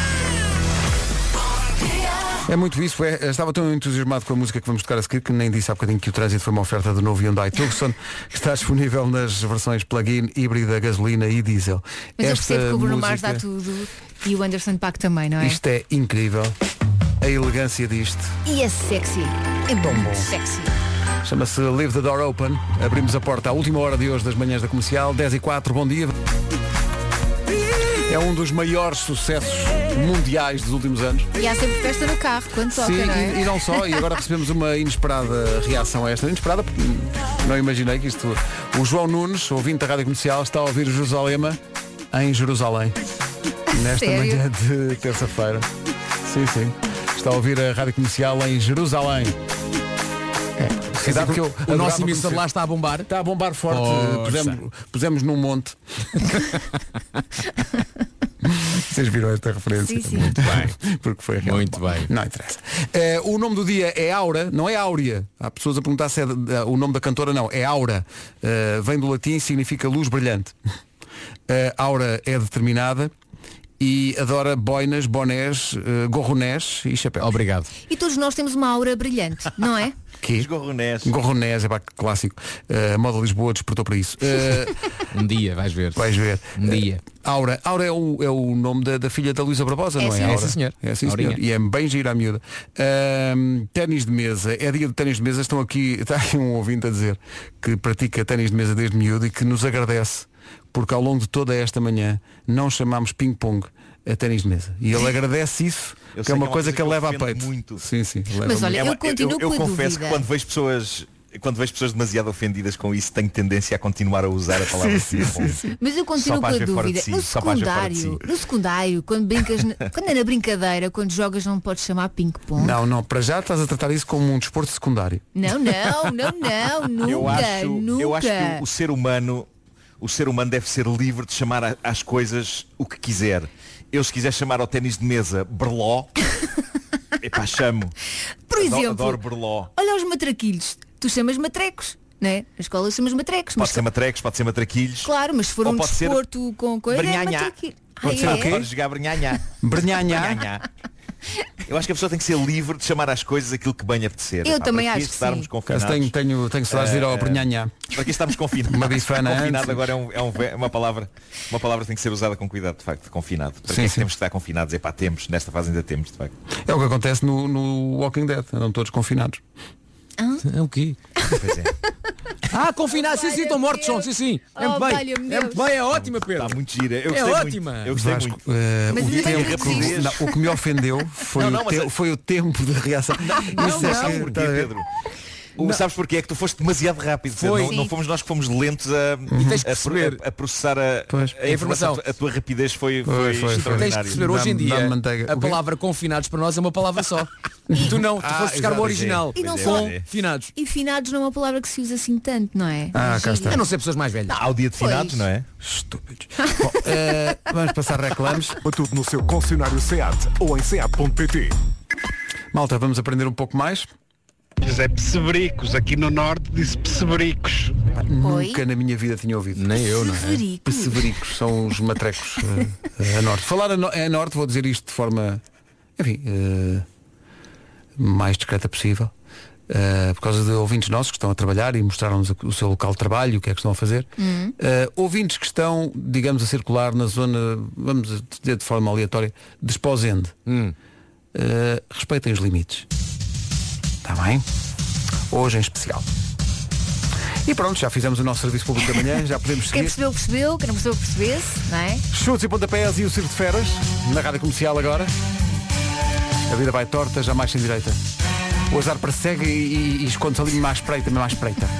Speaker 1: É muito isso, é, estava tão entusiasmado com a música que vamos tocar a seguir que nem disse há bocadinho que o trânsito foi uma oferta do novo Hyundai Tucson, que está disponível nas versões plug-in, híbrida, gasolina e diesel.
Speaker 3: Mas eu
Speaker 1: Esta
Speaker 3: percebo que o Bruno Mars
Speaker 1: música,
Speaker 3: dá tudo e o Anderson Paak também, não é?
Speaker 1: Isto é incrível, a elegância disto.
Speaker 3: E é sexy. É
Speaker 1: Tão
Speaker 3: muito
Speaker 1: bom.
Speaker 3: sexy.
Speaker 1: Chama-se Leave the Door Open. Abrimos a porta à última hora de hoje das manhãs da comercial, dez e quatro, bom dia. É um dos maiores sucessos mundiais dos últimos anos.
Speaker 3: E há sempre festa no carro, quando toca,
Speaker 1: Sim,
Speaker 3: não é?
Speaker 1: e, e não só, e agora recebemos uma inesperada reação a esta. Inesperada, porque não imaginei que isto... O João Nunes, ouvinte da Rádio Comercial, está a ouvir Jerusalema em Jerusalém. Nesta
Speaker 3: Sério?
Speaker 1: manhã de terça-feira. Sim, sim. Está a ouvir a Rádio Comercial em Jerusalém. É, cidade que eu
Speaker 8: o
Speaker 1: adorava
Speaker 8: nosso imitador
Speaker 1: conhecer.
Speaker 8: lá está a bombar.
Speaker 1: Está a bombar forte.
Speaker 8: Força.
Speaker 1: Pusemos, pusemos num monte. Vocês viram esta referência?
Speaker 8: Sim, sim. Muito bem.
Speaker 1: Porque foi realmente
Speaker 8: Muito bem.
Speaker 1: Não interessa. Eh, o nome do dia é Aura, não é Áurea. Há pessoas a perguntar se é de- de- o nome da cantora, não. É Aura. Eh, vem do latim e significa luz brilhante. Eh, Aura é determinada e adora boinas, bonés, eh, gorronés e chapéus.
Speaker 8: Obrigado.
Speaker 3: E todos nós temos uma aura brilhante, não é?
Speaker 1: Que?
Speaker 14: Gorronés.
Speaker 1: Gorronés, é pá, clássico. Eh, a moda Lisboa despertou para isso. Eh,
Speaker 8: Um dia, vais ver.
Speaker 1: Vais ver.
Speaker 8: Um dia.
Speaker 1: Eh, Aura. Aura é o, é o nome da, da filha da Luísa Barbosa,
Speaker 8: É,
Speaker 1: não é?
Speaker 8: sim.
Speaker 1: Aura?
Speaker 8: É, sim, senhor.
Speaker 1: É, sim,
Speaker 8: Aurinha.
Speaker 1: senhor. E é bem gira a miúda. Ahm, ténis de mesa. É dia de ténis de mesa. Estão aqui, está aqui um ouvinte a dizer que pratica ténis de mesa desde miúdo e que nos agradece porque ao longo de toda esta manhã não chamámos ping-pong a ténis de mesa. E ele agradece isso,
Speaker 14: Eu
Speaker 1: que
Speaker 14: sei
Speaker 1: é uma
Speaker 14: que
Speaker 1: coisa que ele leva a
Speaker 14: ofende
Speaker 1: peito.
Speaker 14: muito.
Speaker 1: Sim, sim. leva
Speaker 3: Mas olha,
Speaker 1: muito.
Speaker 3: eu
Speaker 14: uma-
Speaker 3: continuo
Speaker 14: eu,
Speaker 3: com a
Speaker 14: confesso
Speaker 3: dúvida.
Speaker 14: que quando vejo pessoas quando vejo pessoas demasiado ofendidas com isso tenho tendência a continuar a usar a palavra
Speaker 1: Sim, sim,
Speaker 14: ping-pong.
Speaker 1: sim, sim.
Speaker 3: Mas eu
Speaker 14: Só
Speaker 3: continuo com
Speaker 14: para
Speaker 3: a
Speaker 14: as ver fora de
Speaker 3: dúvida.
Speaker 14: si,
Speaker 3: No
Speaker 14: só para as ver fora de
Speaker 3: secundário,
Speaker 14: si.
Speaker 3: no secundário, quando brincas, na- quando é na brincadeira, quando jogas não podes chamar ping-pong.
Speaker 1: Não, não, para já estás a tratar isso como um desporto secundário.
Speaker 3: Não, não, não, não, nunca,
Speaker 14: eu acho,
Speaker 3: nunca.
Speaker 14: eu acho que o ser humano o ser humano deve ser livre de chamar a- às coisas o que quiser. Eu se quiser chamar ao ténis de mesa berló, epá, chamo.
Speaker 3: Por
Speaker 14: Adoro-
Speaker 3: exemplo,
Speaker 14: adoro berló.
Speaker 3: olha os matraquilhos. Tu chamas matrecos, não é? A escola chamas matrecos.
Speaker 14: Pode
Speaker 3: Mas
Speaker 14: ser matrecos, pode ser matraquilhos.
Speaker 3: claro, mas se for
Speaker 14: Ou
Speaker 3: um
Speaker 14: pode ser
Speaker 3: desporto com coisa, é
Speaker 14: brinhanhá.
Speaker 3: matraquilho.
Speaker 2: Pode ser
Speaker 14: Ah,
Speaker 2: o quê?
Speaker 14: Pode jogar brenhanhá.
Speaker 1: Brenhanhá.
Speaker 14: Brenhanhá. Eu acho que a pessoa tem que ser livre de chamar às coisas aquilo que bem apetecer.
Speaker 3: Eu
Speaker 14: Pá,
Speaker 3: também
Speaker 14: para
Speaker 3: acho
Speaker 14: que
Speaker 3: que
Speaker 14: estarmos
Speaker 3: sim.
Speaker 14: confinados.
Speaker 1: Tenho, tenho, tenho saudades de ir ao
Speaker 14: Eh,
Speaker 1: brenhanhá.
Speaker 14: Para que estamos confinados.
Speaker 1: Uma bifana
Speaker 14: Confinado
Speaker 1: antes.
Speaker 14: agora é, um, é, um, é uma palavra uma palavra que tem que ser usada com cuidado, de facto, confinado. Para
Speaker 1: Sim,
Speaker 14: que é que
Speaker 1: sim.
Speaker 14: temos que estar confinados? É pá, temos, nesta fase ainda temos, de facto.
Speaker 1: É o que acontece no, no Walking Dead. Andam todos confinados.
Speaker 8: É o quê?
Speaker 14: Pois é.
Speaker 8: Ah, confinados, sim, sim, estão mortos, são, sim, sim. É
Speaker 3: Oh,
Speaker 8: muito bem.
Speaker 3: valha-me
Speaker 8: É
Speaker 3: Deus.
Speaker 8: muito bem, é ótima, Pedro.
Speaker 14: Está muito gira. Eu
Speaker 8: É
Speaker 14: gostei
Speaker 8: ótima.
Speaker 14: muito. Eu gostei
Speaker 1: Vasco,
Speaker 14: muito.
Speaker 1: eh,
Speaker 3: Mas
Speaker 1: o,
Speaker 3: ainda
Speaker 1: tempo,
Speaker 3: tem rapidez.
Speaker 1: não, o que me ofendeu foi,
Speaker 14: Não, não,
Speaker 1: o,
Speaker 14: mas
Speaker 1: te-
Speaker 14: é-
Speaker 1: foi o tempo de reação.
Speaker 14: Não,
Speaker 1: Isso
Speaker 14: não,
Speaker 1: é
Speaker 14: sabe
Speaker 1: que-
Speaker 14: porquê,
Speaker 1: tá a ver?
Speaker 14: Pedro? O, sabes porquê? É que tu foste demasiado rápido.
Speaker 8: Foi.
Speaker 14: Não, não
Speaker 3: Sim.
Speaker 14: fomos nós que fomos lentos a,
Speaker 8: E tens que
Speaker 14: a,
Speaker 8: perceber.
Speaker 14: a- a processar a,
Speaker 1: Pois.
Speaker 14: a informação. A tua rapidez foi, foi,
Speaker 1: Foi, foi, foi.
Speaker 8: Tens
Speaker 14: extraordinária.
Speaker 8: que perceber, hoje em
Speaker 1: Dá-me- dá-me
Speaker 8: dia,
Speaker 1: manteiga.
Speaker 8: a
Speaker 1: O quê?
Speaker 8: palavra confinados para nós é uma palavra só. Tu não, tu
Speaker 1: Ah,
Speaker 8: foste buscar
Speaker 1: exato,
Speaker 8: o original.
Speaker 3: E não
Speaker 14: Pois é,
Speaker 3: só-
Speaker 14: pois é.
Speaker 8: Confinados.
Speaker 3: E finados não é uma palavra que se usa assim tanto, não é?
Speaker 1: Ah, cá está.
Speaker 8: A não ser pessoas mais velhas.
Speaker 14: Há o dia de finados,
Speaker 3: Pois.
Speaker 14: não é?
Speaker 1: Estúpidos. Bom, eh, vamos passar reclames.
Speaker 16: Tudo no seu concessionário SEAT ou em seat ponto pt.
Speaker 1: Malta, vamos aprender um pouco mais.
Speaker 17: É Pessebricos, aqui no norte disse Pessebricos.
Speaker 1: Nunca na minha vida tinha ouvido.
Speaker 8: Nem eu, não é?
Speaker 3: Severico.
Speaker 1: Persevericos, são os matrecos eh, a norte. Falar a, no- a norte, vou dizer isto de forma, enfim, eh, mais discreta possível, eh, por causa de ouvintes nossos que estão a trabalhar e mostraram-nos o seu local de trabalho, o que é que estão a fazer.
Speaker 3: Hum.
Speaker 1: Eh, ouvintes que estão, digamos, a circular na zona, vamos dizer de forma aleatória, de Esposende.
Speaker 8: Hum.
Speaker 1: Eh, respeitem os limites. Está bem? Hoje em especial. E pronto, já fizemos o nosso serviço público da manhã, já podemos
Speaker 3: Quem
Speaker 1: seguir.
Speaker 3: percebeu, percebeu. Quem não percebeu, percebesse, não é?
Speaker 1: Chutes e pontapés e o Circo de Feras, na Rádio Comercial agora. A vida vai torta, jamais sem direita. O azar persegue e, e, e esconde-se ali mais espreita, mais espreita.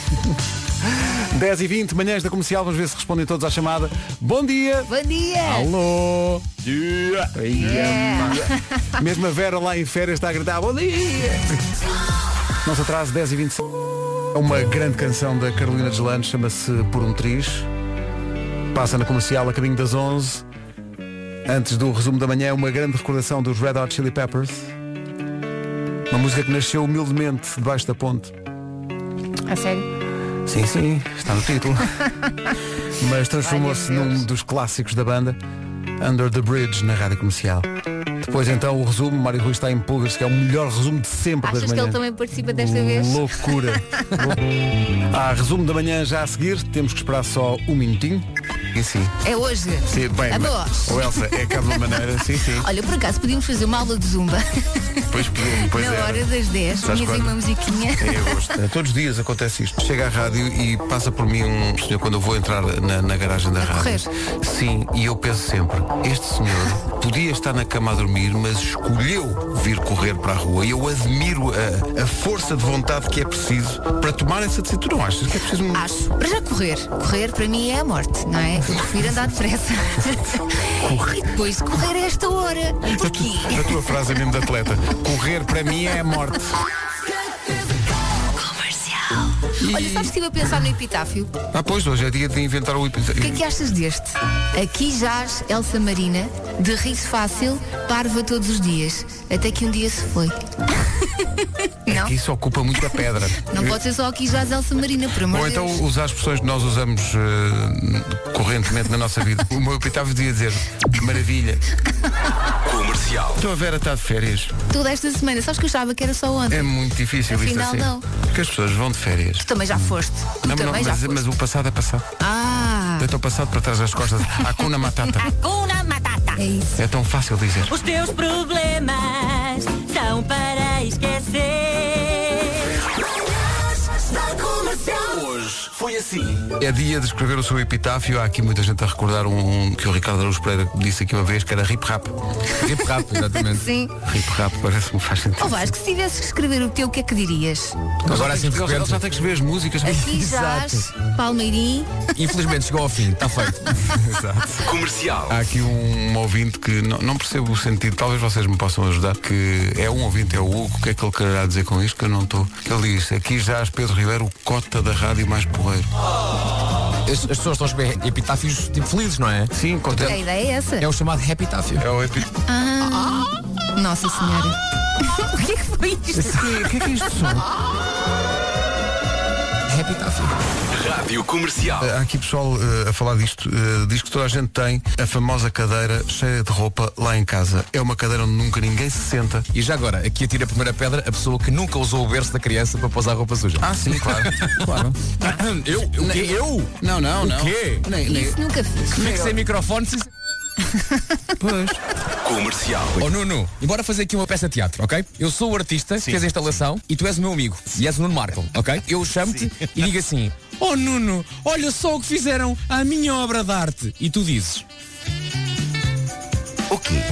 Speaker 1: dez e vinte, manhãs da Comercial, vamos ver se respondem todos à chamada. Bom dia!
Speaker 3: Bom dia!
Speaker 1: Alô! Dia!
Speaker 3: Yeah.
Speaker 1: Mesmo a Vera lá em férias está a gritar bom dia! Não se atrase, dez e vinte. É uma grande canção da Carolina Deslandes, chama-se Por um Triz. Passa na Comercial a caminho das onze. Antes do resumo da manhã, uma grande recordação dos Red Hot Chili Peppers. Uma música que nasceu humildemente debaixo da ponte.
Speaker 3: A sério?
Speaker 1: Sim, sim, está no título. Mas transformou-se
Speaker 3: Ai, meu Deus.
Speaker 1: num dos clássicos da banda, Under the Bridge, na Rádio Comercial. Depois então o resumo, Mário Rui está em pulgas, que é o melhor resumo de sempre
Speaker 3: Achas
Speaker 1: das
Speaker 3: que ele
Speaker 1: manhãs.
Speaker 3: também participa desta vez?
Speaker 1: Loucura. Há resumo da manhã já a seguir, temos que esperar só um minutinho. E sim.
Speaker 3: É hoje.
Speaker 1: Sim, bem,
Speaker 3: A
Speaker 1: mas-
Speaker 3: voz.
Speaker 1: Ou Elsa, é cá de uma maneira, sim, sim.
Speaker 3: Olha, por acaso podíamos fazer uma aula de zumba
Speaker 1: Pois, pois
Speaker 3: na
Speaker 1: era.
Speaker 3: hora das dez.
Speaker 1: Sabes
Speaker 3: Punhas aí
Speaker 1: quando?
Speaker 3: uma musiquinha.
Speaker 1: Em agosto. Todos os dias acontece isto. Chega à rádio e passa por mim um senhor quando eu vou entrar na, na garagem da rádio. Sim, e eu penso sempre, este senhor podia estar na cama a dormir, mas escolheu vir correr para a rua e eu admiro a, a força de vontade que é preciso para tomar essa decisão. Tu não achas que é preciso um...
Speaker 3: Acho. Para já correr. Correr para mim é a morte, não é? Eu prefiro andar depressa. E depois de correr a esta hora. Porquê?
Speaker 1: A tua frase é mesmo de atleta. Correr para mim é a morte.
Speaker 3: Olha, sabes que estive a pensar no epitáfio?
Speaker 1: Ah, pois, hoje é dia de inventar o episódio.
Speaker 3: O que é que achas deste? Aqui jaz Elsa Marina, de riso fácil, parva todos os dias. Até que um dia se foi. Não?
Speaker 1: Que isso ocupa muita pedra.
Speaker 3: Não pode ser só aqui jaz Elsa Marina, por amor
Speaker 1: Ou
Speaker 3: de
Speaker 1: então
Speaker 3: Deus.
Speaker 1: usar as expressões que nós usamos eh, correntemente na nossa vida. O meu epitáfio dizia dizer maravilha.
Speaker 4: Comercial.
Speaker 1: Então a Vera está de férias.
Speaker 3: Toda esta semana, sabes que eu achava que era só ontem?
Speaker 1: É muito difícil
Speaker 3: Afinal,
Speaker 1: isto assim.
Speaker 3: não.
Speaker 1: Porque as pessoas vão de férias.
Speaker 3: Tu também já foste. Tu
Speaker 1: Não,
Speaker 3: também
Speaker 1: não,
Speaker 3: já
Speaker 1: mas,
Speaker 3: foste.
Speaker 1: mas o passado é passado.
Speaker 3: Ah!
Speaker 1: Deita o passado para trás das costas. Hakuna Matata.
Speaker 7: Hakuna Matata.
Speaker 3: É isso.
Speaker 1: É tão fácil dizer.
Speaker 7: Os teus problemas são para esquecer.
Speaker 4: Hoje foi assim.
Speaker 1: É dia de escrever o seu epitáfio. Há aqui muita gente a recordar um que o Ricardo Araújo Pereira disse aqui uma vez, que era hip rap.
Speaker 8: Hip rap, exatamente.
Speaker 3: Sim.
Speaker 1: Hip rap parece-me faz sentido.
Speaker 3: Ó Vasco, se tivesses que escrever o teu, o que é que dirias?
Speaker 8: Agora assim,
Speaker 1: ele, ele já tem que escrever as músicas.
Speaker 3: Aqui jaz, Palmeirim.
Speaker 8: Infelizmente chegou ao fim, está feito.
Speaker 1: Exato.
Speaker 4: Comercial.
Speaker 1: Há aqui um, um ouvinte que não, não percebo o sentido, talvez vocês me possam ajudar, que é um ouvinte, é o Hugo, o que é que ele quererá dizer com isto, que eu não estou. Ele diz, aqui já Pedro Ribeiro, o cota da rádio mais porreiro.
Speaker 8: As, as pessoas estão a escrever epitáfios tipo felizes, não é?
Speaker 1: Sim,
Speaker 3: A
Speaker 1: contente.
Speaker 3: ideia é essa.
Speaker 8: É o chamado epitáfio.
Speaker 1: É o epitáfio.
Speaker 3: Ah, Nossa Senhora. O que é que foi isto?
Speaker 1: O que é que é isto?
Speaker 8: Epitáfio.
Speaker 4: Rádio Comercial.
Speaker 1: Há aqui pessoal uh, a falar disto. Uh, diz que toda a gente tem a famosa cadeira cheia de roupa lá em casa. É uma cadeira onde nunca ninguém se senta.
Speaker 8: E já agora, aqui atira a primeira pedra a pessoa que nunca usou o berço da criança para pousar a roupa suja.
Speaker 1: Ah, sim, claro. Claro.
Speaker 8: Eu? O quê? Eu?
Speaker 1: Não, não,
Speaker 8: o
Speaker 1: não.
Speaker 8: Quê?
Speaker 1: Nem, nem...
Speaker 3: Isso nunca fiz.
Speaker 8: Fique sem microfone. Se...
Speaker 1: Pois.
Speaker 4: Comercial.
Speaker 8: Oh Nuno, embora fazer aqui uma peça de teatro, ok? Eu sou o artista que fez a instalação e tu és o meu amigo. E és o Nuno Marco, ok? Eu chamo-te e digo assim: oh Nuno, olha só o que fizeram à minha obra de arte. E tu dizes:
Speaker 14: o quê?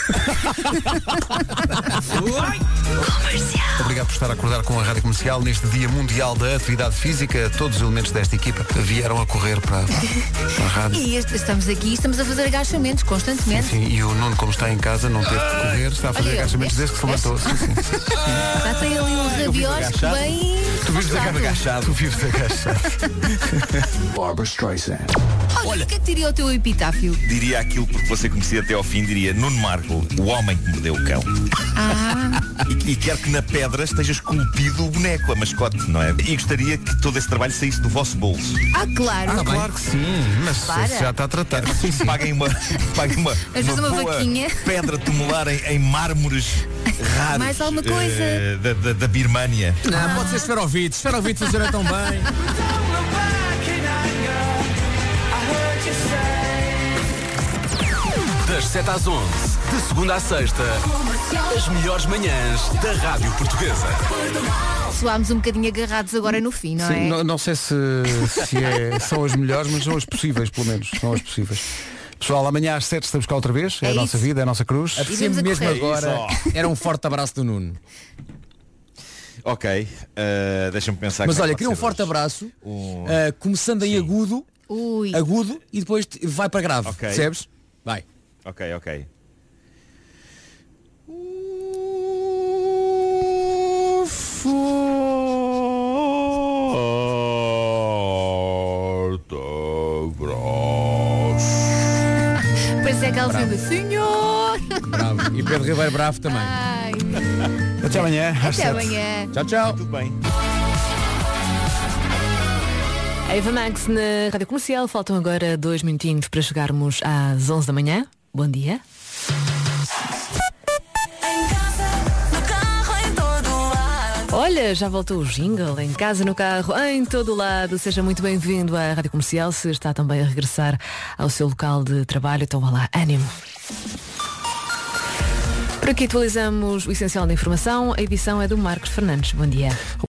Speaker 1: Obrigado por estar a acordar com a Rádio Comercial neste Dia Mundial da Atividade Física. Todos os elementos desta equipa vieram a correr para, para a rádio.
Speaker 3: E este, estamos aqui e estamos a fazer agachamentos constantemente.
Speaker 1: Sim, sim, e o Nuno, como está em casa, não teve que correr, está a fazer
Speaker 3: Olha,
Speaker 1: agachamentos
Speaker 3: este,
Speaker 1: desde que se levantou. Sim, sim, sim.
Speaker 3: Já tem ali um rabiosco bem...
Speaker 1: Tu vives agachado. Tu vives agachado.
Speaker 12: Barbra Streisand.
Speaker 3: Olha, o que é que diria o teu epitáfio?
Speaker 14: Diria aquilo porque você conhecia até ao fim, diria Nuno Marco, o homem que mordeu o cão.
Speaker 3: Ah.
Speaker 14: E, e quero que na pedra esteja esculpido o boneco, a mascote, não é? E gostaria que todo esse trabalho saísse do vosso bolso.
Speaker 3: Ah, claro.
Speaker 1: Ah, claro que sim. Mas
Speaker 3: Para.
Speaker 1: isso já está tratado.
Speaker 14: Paguem uma, paguem uma,
Speaker 3: Às vezes uma
Speaker 14: boa
Speaker 3: vaquinha.
Speaker 14: pedra tumular em, em mármores raros.
Speaker 3: Mais alguma coisa?
Speaker 14: eh, da, da, da Birmânia.
Speaker 8: Não, pode ser esferovite. Esferovite funciona tão bem.
Speaker 4: Das sete às onze, de segunda à sexta, as melhores manhãs da Rádio Portuguesa.
Speaker 3: Soámos um bocadinho agarrados agora no fim, não
Speaker 1: Sim,
Speaker 3: é?
Speaker 1: não, não sei se, se é- são as melhores, mas são as possíveis, pelo menos. São as possíveis. Pessoal, amanhã às sete estamos cá outra vez. É,
Speaker 3: É
Speaker 1: a nossa
Speaker 3: isso.
Speaker 1: vida, é a nossa cruz.
Speaker 8: Apetecia-me mesmo
Speaker 3: correr.
Speaker 8: agora. Era um forte abraço do Nuno.
Speaker 14: Ok, eh, deixa-me pensar.
Speaker 8: Mas
Speaker 14: como é
Speaker 8: olha,
Speaker 14: que
Speaker 8: queria um
Speaker 14: pode ser
Speaker 8: forte
Speaker 14: hoje.
Speaker 8: abraço,
Speaker 14: Um-
Speaker 8: uh, começando em agudo,
Speaker 3: Ui.
Speaker 8: agudo e depois te- vai para grave.
Speaker 14: Ok.
Speaker 8: Percebes? Vai.
Speaker 14: Ok, ok.
Speaker 3: Parece aquela cena de senhor.
Speaker 8: Bravo. E Pedro Ribeiro Bravo também.
Speaker 3: Ai.
Speaker 1: Até amanhã. às
Speaker 3: Até
Speaker 1: sete.
Speaker 3: amanhã.
Speaker 8: Tchau, tchau.
Speaker 14: Tudo bem.
Speaker 6: Eva Max na Rádio Comercial. Faltam agora dois minutinhos para chegarmos às onze da manhã. Bom dia. Olha, já voltou o jingle em casa, no carro, em todo o lado. Seja muito bem-vindo à Rádio Comercial. Se está também a regressar ao seu local de trabalho, então vá lá, ânimo. Por aqui atualizamos o essencial da informação. A edição é do Marcos Fernandes. Bom dia.